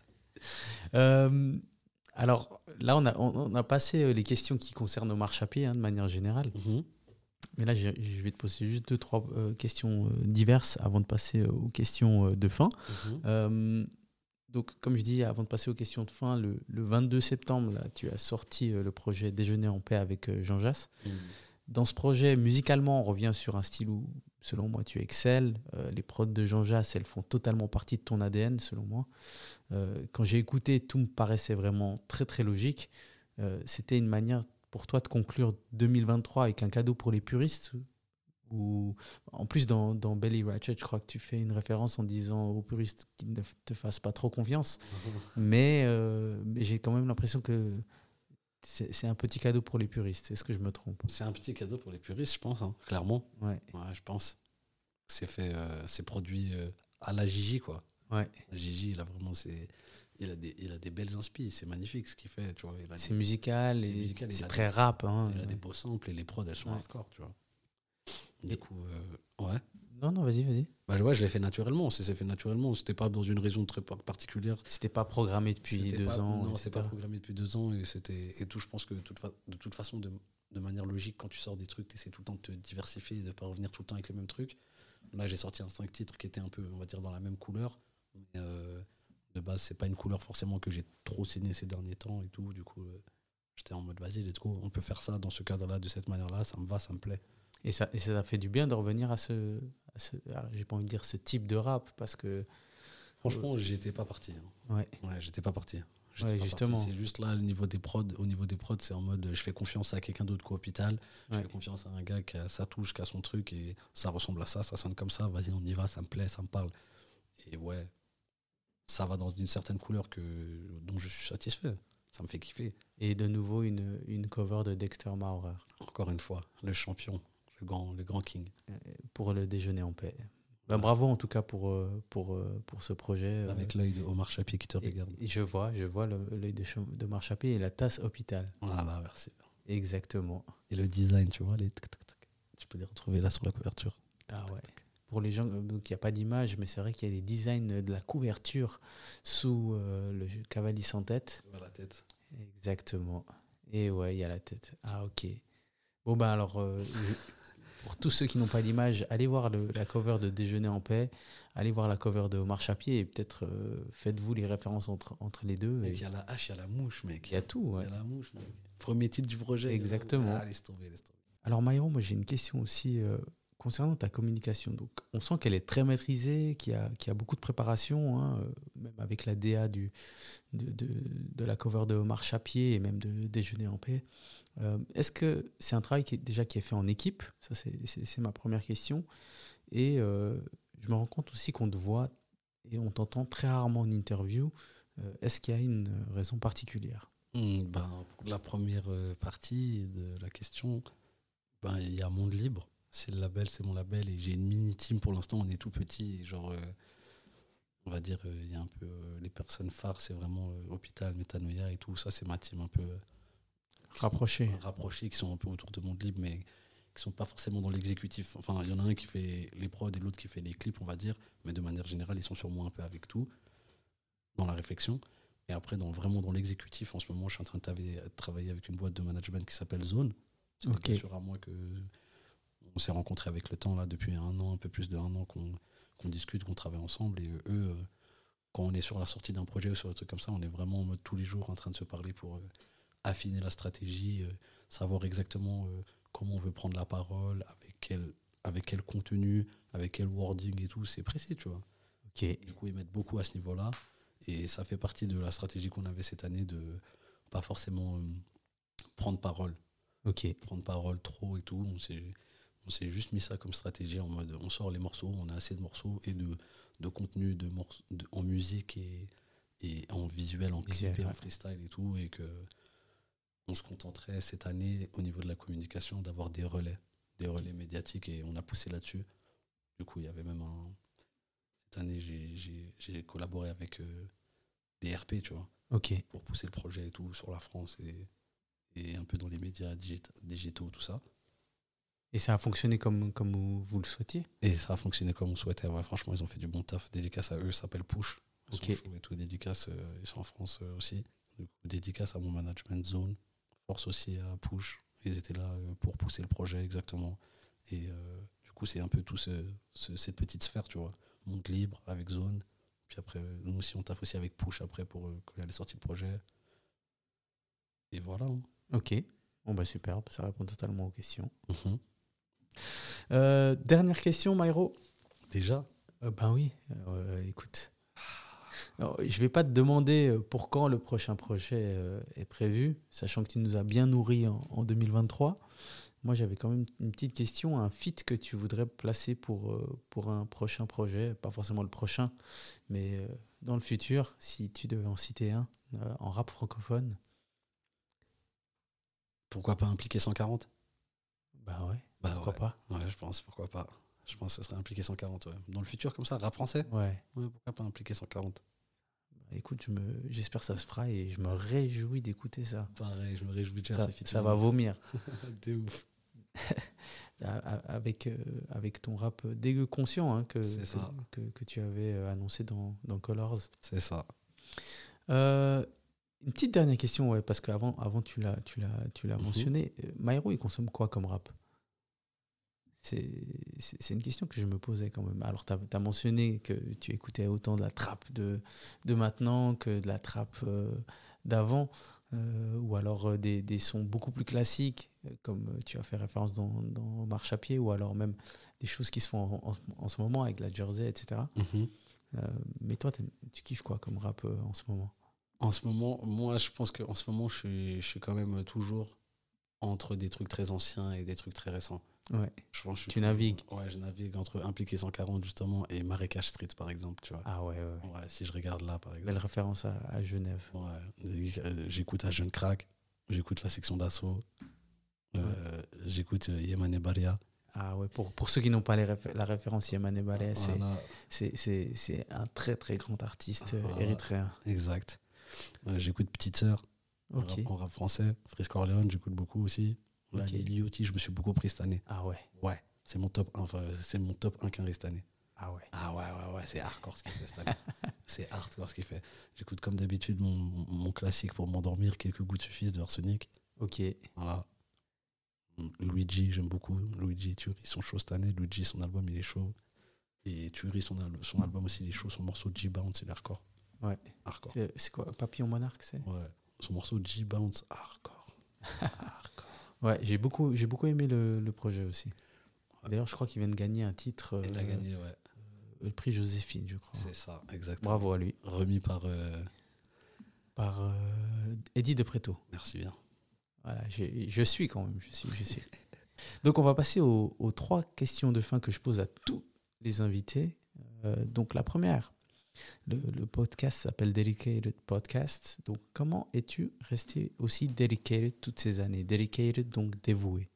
euh, alors, là, on a, on, on a passé les questions qui concernent Omar Chapier, hein, de manière générale. Mm-hmm. Mais là, je, je vais te poser juste deux, trois euh, questions euh, diverses avant de passer euh, aux questions euh, de fin. Mm-hmm. Euh, donc, comme je dis, avant de passer aux questions de fin, le, le vingt-deux septembre, là, tu as sorti euh, le projet Déjeuner en paix avec euh, Jean Jass. Mm. Dans ce projet, musicalement, on revient sur un style où, selon moi, tu excelles. Euh, les prods de Jean Jass, elles font totalement partie de ton A D N, selon moi. Euh, quand j'ai écouté, tout me paraissait vraiment très, très logique. Euh, c'était une manière pour toi de conclure deux mille vingt-trois avec un cadeau pour les puristes. Ou, en plus, dans, dans Belly Ratchet, je crois que tu fais une référence en disant aux puristes qu'ils ne te fassent pas trop confiance. mais, euh, mais j'ai quand même l'impression que c'est, c'est un petit cadeau pour les puristes. Est-ce que je me trompe? C'est un petit cadeau pour les puristes, je pense, hein, clairement. Ouais. Ouais, je pense. C'est fait, euh, c'est produit euh, à la Gigi, quoi. Ouais. La Gigi, il a vraiment, c'est, il a des, il a des belles inspi, c'est magnifique ce qu'il fait, tu vois. Il a C'est des, musical c'est et musical, c'est il a très des- rap. Hein. il a Ouais. des beaux samples et les prods, elles sont Ouais. hardcore, tu vois. Du Et- coup, euh, ouais. Non, non, vas-y, vas-y. Bah ouais, je l'ai fait naturellement. Ça s'est fait naturellement. C'était pas dans une raison très par- particulière. C'était pas programmé depuis C'était deux pas, ans. Non, et c'était pas programmé depuis deux ans et c'était et tout. Je pense que de toute, fa- de toute façon, de, de manière logique, quand tu sors des trucs, tu essaies tout le temps de te diversifier et de pas revenir tout le temps avec les mêmes trucs. Là, j'ai sorti un cinq titres qui étaient un peu, on va dire, dans la même couleur. Mais euh, de base, c'est pas une couleur forcément que j'ai trop saigné ces derniers temps et tout. Du coup, euh, j'étais en mode vas-y, let's go, on peut faire ça dans ce cadre-là, de cette manière-là. Ça me va, ça me plaît. Et ça, et ça t'a fait du bien de revenir à ce, à ce alors, j'ai pas envie de dire ce type de rap parce que Franchement, j'étais pas parti. hein. ouais, Ouais, j'étais pas parti. J'étais Ouais, pas justement. parti. C'est juste là, au niveau des prods, au niveau des prods, c'est en mode je fais confiance à quelqu'un d'autre qu'au hôpital. Je Ouais. fais confiance à un gars qui a sa touche, qui a son truc et ça ressemble à ça, ça sonne comme ça. Vas-y, on y va, ça me plaît, ça me parle. Et ouais, ça va dans une certaine couleur que, dont je suis satisfait. Ça me fait kiffer. et de nouveau une, une cover de Dexter Maurer Encore une fois, le champion, le grand, le grand king. pour le déjeuner en paix. Ben, bravo en tout cas pour, euh, pour, euh, pour ce projet. euh, Avec l'œil de Omar Chapier qui te et- regarde. et je vois, je vois le- l'œil de, Ch- de Omar Chapier et la tasse hôpital. Voilà, merci. Exactement. Et le design, tu vois, les tac, tac, tac. Tu peux les retrouver là sur la couverture. Ah ouais. Pour les gens, euh, donc il n'y a pas d'image, mais c'est vrai qu'il y a les designs de la couverture sous euh, le cavalier sans tête. Tu vois la tête. Exactement. Et ouais, il y a la tête. Ah ok. Bon ben alors, euh, je- pour tous ceux qui n'ont pas d'image, allez voir le- la cover de Déjeuner en paix, allez voir la cover de Omar Chapier et peut-être euh, faites-vous les références entre, entre les deux. Mec, et il y a la hache, il y a la mouche, mec. Il y a tout. Il Ouais. y a la mouche, mec. Premier titre du projet. Exactement. Ah, laisse tomber, laisse tomber. Alors Maïro, moi j'ai une question aussi euh, concernant ta communication. Donc, on sent qu'elle est très maîtrisée, qu'il y a, qu'il y a beaucoup de préparation, hein, euh, même avec la D A du, de, de, de la cover de Omar Chapier et même de Déjeuner en paix. Euh, est-ce que c'est un travail qui est déjà qui est fait en équipe? Ça, c'est, c'est, c'est ma première question. Et euh, je me rends compte aussi qu'on te voit et on t'entend très rarement en interview. Euh, est-ce qu'il y a une raison particulière? Mmh, ben, pour la première euh, partie de la question, ben, il y a Monde Libre. C'est le label, c'est mon label. Et j'ai une mini-team pour l'instant. On est tout petit. Et genre, euh, on va dire, il euh, y a un peu euh, les personnes phares, c'est vraiment euh, Hôpital, Métanoïa et tout. Ça, c'est ma team un peu euh, Rapproché. rapprochés, qui sont un peu autour de Monde Libre, mais qui sont pas forcément dans l'exécutif. Enfin, il y en a un qui fait les prods et l'autre qui fait les clips, on va dire. Mais de manière générale, ils sont sur moi un peu avec tout, dans la réflexion. Et après, dans, vraiment dans l'exécutif, en ce moment, je suis en train de travailler, travailler avec une boîte de management qui s'appelle Zone. C'est Ok. bien sûr à moi que on s'est rencontrés avec le temps, là, depuis un an, un peu plus de un an qu'on qu'on discute, qu'on travaille ensemble. Et eux, euh, quand on est sur la sortie d'un projet ou sur un truc comme ça, on est vraiment en mode tous les jours en train de se parler pour euh, affiner la stratégie, euh, savoir exactement euh, comment on veut prendre la parole, avec quel, avec quel contenu, avec quel wording et tout. C'est précis, tu vois. Ok. Du coup, ils mettent beaucoup à ce niveau-là. Et ça fait partie de la stratégie qu'on avait cette année de pas forcément euh, prendre parole. Ok. Prendre parole trop et tout. On s'est, On s'est juste mis ça comme stratégie en mode on sort les morceaux, on a assez de morceaux et de, de contenu de morceaux, de, en musique et, et en visuel, en Visuel, clip et ouais. en freestyle et tout. Et que on se contenterait cette année au niveau de la communication d'avoir des relais, des relais médiatiques et on a poussé là-dessus. Du coup, il y avait même un. Cette année, j'ai, j'ai, j'ai collaboré avec euh, des R P, tu vois, Ok. pour pousser le projet et tout sur la France et, et un peu dans les médias digit- digitaux, tout ça. Et ça a fonctionné comme, comme vous, vous le souhaitiez? Et ça a fonctionné comme on souhaitait. Ouais, franchement, ils ont fait du bon taf. Dédicace à eux, ça s'appelle Push. Ils Ok. sont chauds et tout. Dédicace, euh, ils sont en France euh, aussi. Du coup, dédicace à mon management zone. Force aussi à Push. Ils étaient là euh, pour pousser le projet exactement. Et euh, du coup, c'est un peu tout ce, ce- cette petite sphère, tu vois. Monde libre avec zone. Puis après, euh, nous aussi, on taffe aussi avec Push après pour euh, quand il y a les sorties de projet. Et voilà. Hein. Ok. Bon, bah superbe, ça répond totalement aux questions. Mhm. Euh, dernière question, Myro. Déjà. Euh, ben oui, euh, écoute. Alors, je vais pas te demander euh, pour quand le prochain projet euh, est prévu, sachant que tu nous as bien nourris en, en deux mille vingt-trois. Moi, j'avais quand même une petite question, un feat que tu voudrais placer pour, euh, pour un prochain projet, pas forcément le prochain, mais euh, dans le futur, si tu devais en citer un, euh, en rap francophone. Pourquoi pas impliquer cent quarante? Bah ouais, Bah pourquoi ouais. pas. Ouais, je pense, pourquoi pas. Je pense que ce serait impliqué cent quarante, ouais. Dans le futur, comme ça, rap français? Ouais. Ouais, pourquoi pas impliquer cent quarante? Bah, écoute, je me, j'espère que ça se fera et je me réjouis d'écouter ça. Pareil, je me réjouis de faire Ça, ce ça featuring. va vomir. De ouf. A- a- Avec, euh, avec ton rap dégueu conscient hein, que, C'est que, ça. que, que tu avais euh, annoncé dans, dans Colors. C'est ça. Euh, une petite dernière question, ouais, parce qu'avant avant, tu l'as, tu l'as, tu l'as Mhm. mentionné. Euh, Myro, il consomme quoi comme rap? C'est, c'est, c'est une question que je me posais quand même. Alors, tu as mentionné que tu écoutais autant de la trappe de, de maintenant que de la trappe euh, d'avant, euh, ou alors euh, des, des sons beaucoup plus classiques, euh, comme euh, tu as fait référence dans, dans Marche à pied, ou alors même des choses qui se font en, en, en ce moment avec la Jersey, et cetera. Mhm. Euh, mais toi, t'aimes- tu kiffes quoi comme rap euh, en ce moment? En ce moment, moi, je pense qu'en ce moment, je suis, je suis quand même toujours entre des trucs très anciens et des trucs très récents. Ouais. Je pense que je suis Tu toujours- navigues. Ouais, je navigue entre Impliqué cent quarante, justement, et Marécage Street, par exemple, tu vois. Ah ouais, ouais. Ouais, si je regarde là, par exemple. Belle référence à, à Genève. Ouais. Euh, J'écoute à Jeune Crack, j'écoute la section d'assaut, euh, j'écoute euh, Yemane Baria. Ah ouais, pour, pour ceux qui n'ont pas les réfé- la référence, Yamane Balé, c'est, Voilà, c'est, c'est, c'est un très très grand artiste euh, Voilà. érythréen. exact. Euh, j'écoute Petite Sœur, en Ok. rap, en rap français. Frisco Orléans, j'écoute beaucoup aussi. Là, Ok. les Liotti, je me suis beaucoup pris cette année. Ah ouais. Ouais, c'est mon top un, enfin, c'est mon top un quinri cette année. Ah ouais. Ah ouais, ouais, ouais, c'est hardcore ce qu'il fait cette année. C'est hardcore ce qu'il fait. J'écoute comme d'habitude mon, mon classique pour m'endormir, Quelques gouttes suffisent de Arsenic. Ok. Voilà. Luigi, j'aime beaucoup. Luigi et Thury sont chauds cette année. Luigi, son album, il est chaud. Et Thury, son, al- son album aussi, il est chaud. Son morceau G-Bounce, il est hardcore. Ouais. Hardcore. C'est, c'est quoi Papillon Monarque, c'est? Ouais. Son morceau G-Bounce, hardcore. Hardcore. Ouais, j'ai beaucoup, j'ai beaucoup aimé le, le projet aussi. D'ailleurs, je crois qu'il vient de gagner un titre. Il a euh, gagné, ouais. Le prix Joséphine, je crois. C'est ça, exactement. Bravo à lui. Remis par. euh, Par euh, Eddie De Preto. Merci bien. Voilà, j'ai- je suis quand même, je suis, je suis. Donc on va passer aux, aux trois questions de fin que je pose à tous les invités. Euh, donc la première, le, le podcast s'appelle Dedicated Podcast. Donc comment es-tu resté aussi dedicated toutes ces années? Dedicated, donc dévoué.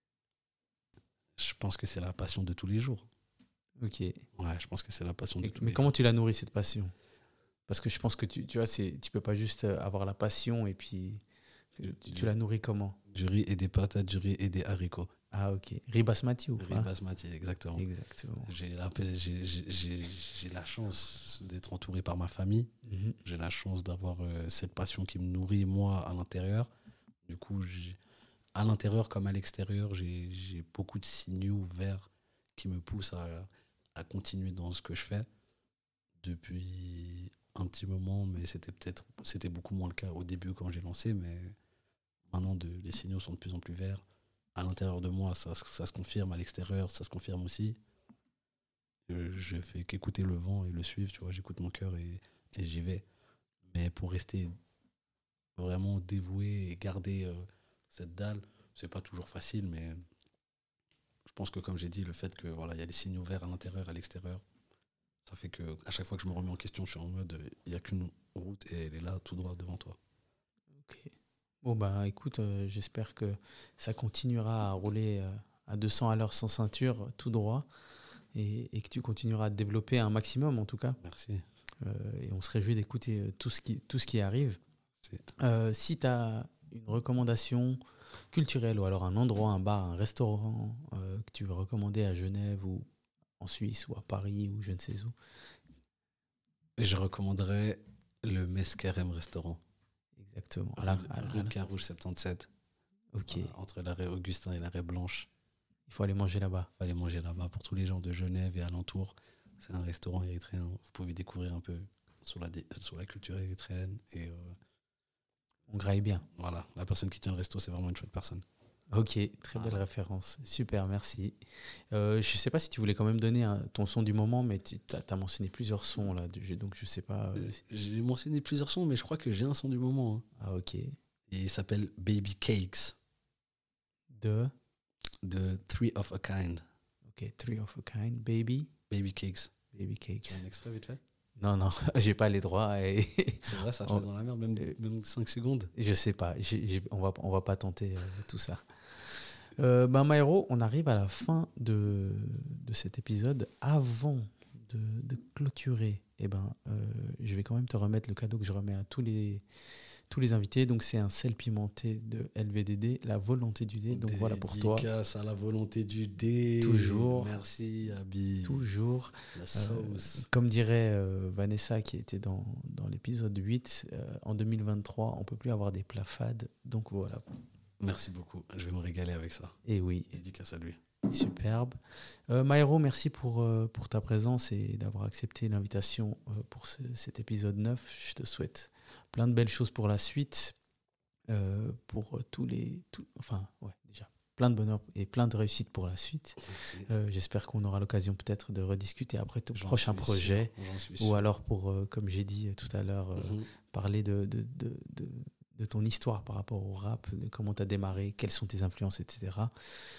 Je pense que c'est la passion de tous les jours. Ok. Ouais, je pense que c'est la passion de Et- tous mais les comment jours. tu l'as nourri cette passion? Parce que je pense que tu, tu vois, c'est, tu peux pas juste avoir la passion et puis tu, tu- tu la nourris comment? Du riz et des patates, du riz et des haricots. Ah ok. Riz basmati ou Riz pas? basmati, exactement. Exactement. J'ai la, j'ai- j'ai- j'ai- j'ai la chance d'être entouré par ma famille. Mhm. J'ai la chance d'avoir euh, cette passion qui me nourrit, moi, à l'intérieur. Du coup, j'ai- à l'intérieur comme à l'extérieur, j'ai j'ai beaucoup de signaux verts qui me poussent à, à continuer dans ce que je fais depuis un petit moment, mais c'était peut-être c'était beaucoup moins le cas au début quand j'ai lancé, mais maintenant de, les signaux sont de plus en plus verts. À l'intérieur de moi, ça, se- ça se confirme, à l'extérieur, ça se confirme aussi. Euh, Je fais qu'écouter le vent et le suivre, tu vois, j'écoute mon cœur et, et j'y vais. Mais pour rester vraiment dévoué et garder euh, cette dalle, c'est pas toujours facile, mais je pense que, comme j'ai dit, le fait que voilà, y a des signaux verts à l'intérieur et à l'extérieur, ça fait qu'à chaque fois que je me remets en question, je suis en mode, il n'y a qu'une route et elle est là, tout droit devant toi. Ok. Bon, bah écoute, euh, j'espère que ça continuera à rouler euh, à deux cents à l'heure sans ceinture, tout droit, et, et que tu continueras à te développer un maximum, en tout cas. Merci. Euh, et on se réjouit d'écouter euh, tout, ce qui, tout ce qui arrive. Euh, si tu as une recommandation culturelle, ou alors un endroit, un bar, un restaurant euh, que tu veux recommander à Genève ou en Suisse ou à Paris ou je ne sais où. Je recommanderais le Mescarem restaurant. Exactement. À la, à la, rue de Carouge soixante-dix-sept. Ok. Euh, entre l'arrêt Augustin et l'arrêt Blanche. Il faut aller manger là-bas. Il faut aller manger là-bas pour tous les gens de Genève et alentour. C'est un restaurant érythréen. Vous pouvez découvrir un peu sur la, sur la culture érythréenne. Et, euh, on graille bien. Voilà. La personne qui tient le resto, c'est vraiment une chouette personne. Ok, très belle ah. référence. Super, merci. Euh, je ne sais pas si tu voulais quand même donner un, ton son du moment, mais tu as mentionné plusieurs sons là, donc je ne sais pas. Euh... J'ai mentionné plusieurs sons, mais je crois que j'ai un son du moment. Hein. Ah ok. Et il s'appelle Baby Cakes. De De Three of a Kind. Ok, Three of a Kind. Baby Baby Cakes. Baby Cakes. Tu as un extrait vite fait? Non, non, j'ai pas les droits. Et c'est vrai, ça te met dans la merde, même, euh, même cinq secondes. Je sais pas, j'ai, j'ai, on va, on va pas tenter euh, tout ça. Euh, ben Maëro, on arrive à la fin de, de cet épisode. Avant de, de clôturer, eh ben, euh, je vais quand même te remettre le cadeau que je remets à tous les, tous les invités. Donc, c'est un sel pimenté de L V D D, la volonté du dé. Donc, voilà pour toi. Dédicace à la volonté du dé. Toujours. Merci, Abi. Toujours. La sauce. Euh, comme dirait euh, Vanessa, qui était dans, dans l'épisode huit, euh, en deux mille vingt-trois, on ne peut plus avoir des plats fades. Donc, voilà. Merci beaucoup. Je vais me régaler avec ça. Et oui. Dédicace à lui. Superbe. Euh, Maëro, merci pour, euh, pour ta présence et d'avoir accepté l'invitation euh, pour ce, cet épisode neuf. Je te souhaite plein de belles choses pour la suite, euh, pour tous les... Tout, enfin, ouais, déjà, plein de bonheur et plein de réussite pour la suite. Euh, j'espère qu'on aura l'occasion peut-être de rediscuter après ton J'en prochain projet. Ou alors pour, euh, comme j'ai dit tout à l'heure, euh, mm-hmm. parler de... de, de, de de ton histoire par rapport au rap, de comment tu as démarré, quelles sont tes influences, et cetera.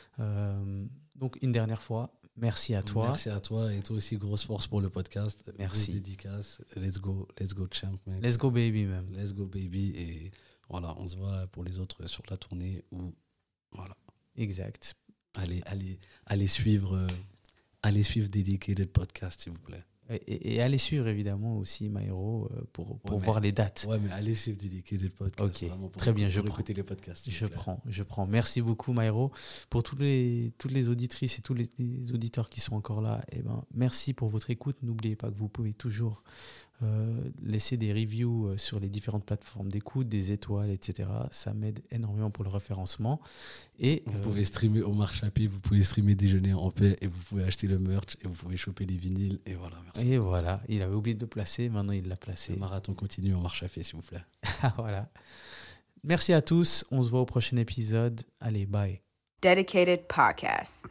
Euh, donc, une dernière fois, merci à toi. Merci à toi et toi aussi, grosse force pour le podcast. Merci. Dédicace. Let's go, let's go champ, man. Let's go baby, même. Let's go baby. Et voilà, on se voit pour les autres sur la tournée. Ou voilà. Exact. Allez, allez, allez suivre, euh, allez suivre Dedicated Podcast, s'il vous plaît. Et, et allez suivre évidemment aussi Maëro pour, pour ouais, voir mais, les dates. Ouais, mais allez suivre Dedicated Podcast. Ok, pour très bien, je prends. Écouter les podcasts. Je prends, je prends. Merci beaucoup Maëro. Pour toutes les, toutes les auditrices et tous les, les auditeurs qui sont encore là, eh ben, merci pour votre écoute. N'oubliez pas que vous pouvez toujours euh, laisser des reviews sur les différentes plateformes d'écoute, des étoiles, et cetera. Ça m'aide énormément pour le référencement. Et, vous euh, pouvez streamer Omar Chappé, vous pouvez streamer Déjeuner en paix et vous pouvez acheter le merch et vous pouvez choper les vinyles. Et voilà, merci. Et voilà, il avait oublié de le placer, maintenant il l'a placé. Le marathon continue Omar Chappé, s'il vous plaît. Voilà. Merci à tous, on se voit au prochain épisode. Allez, bye. Dedicated Podcast.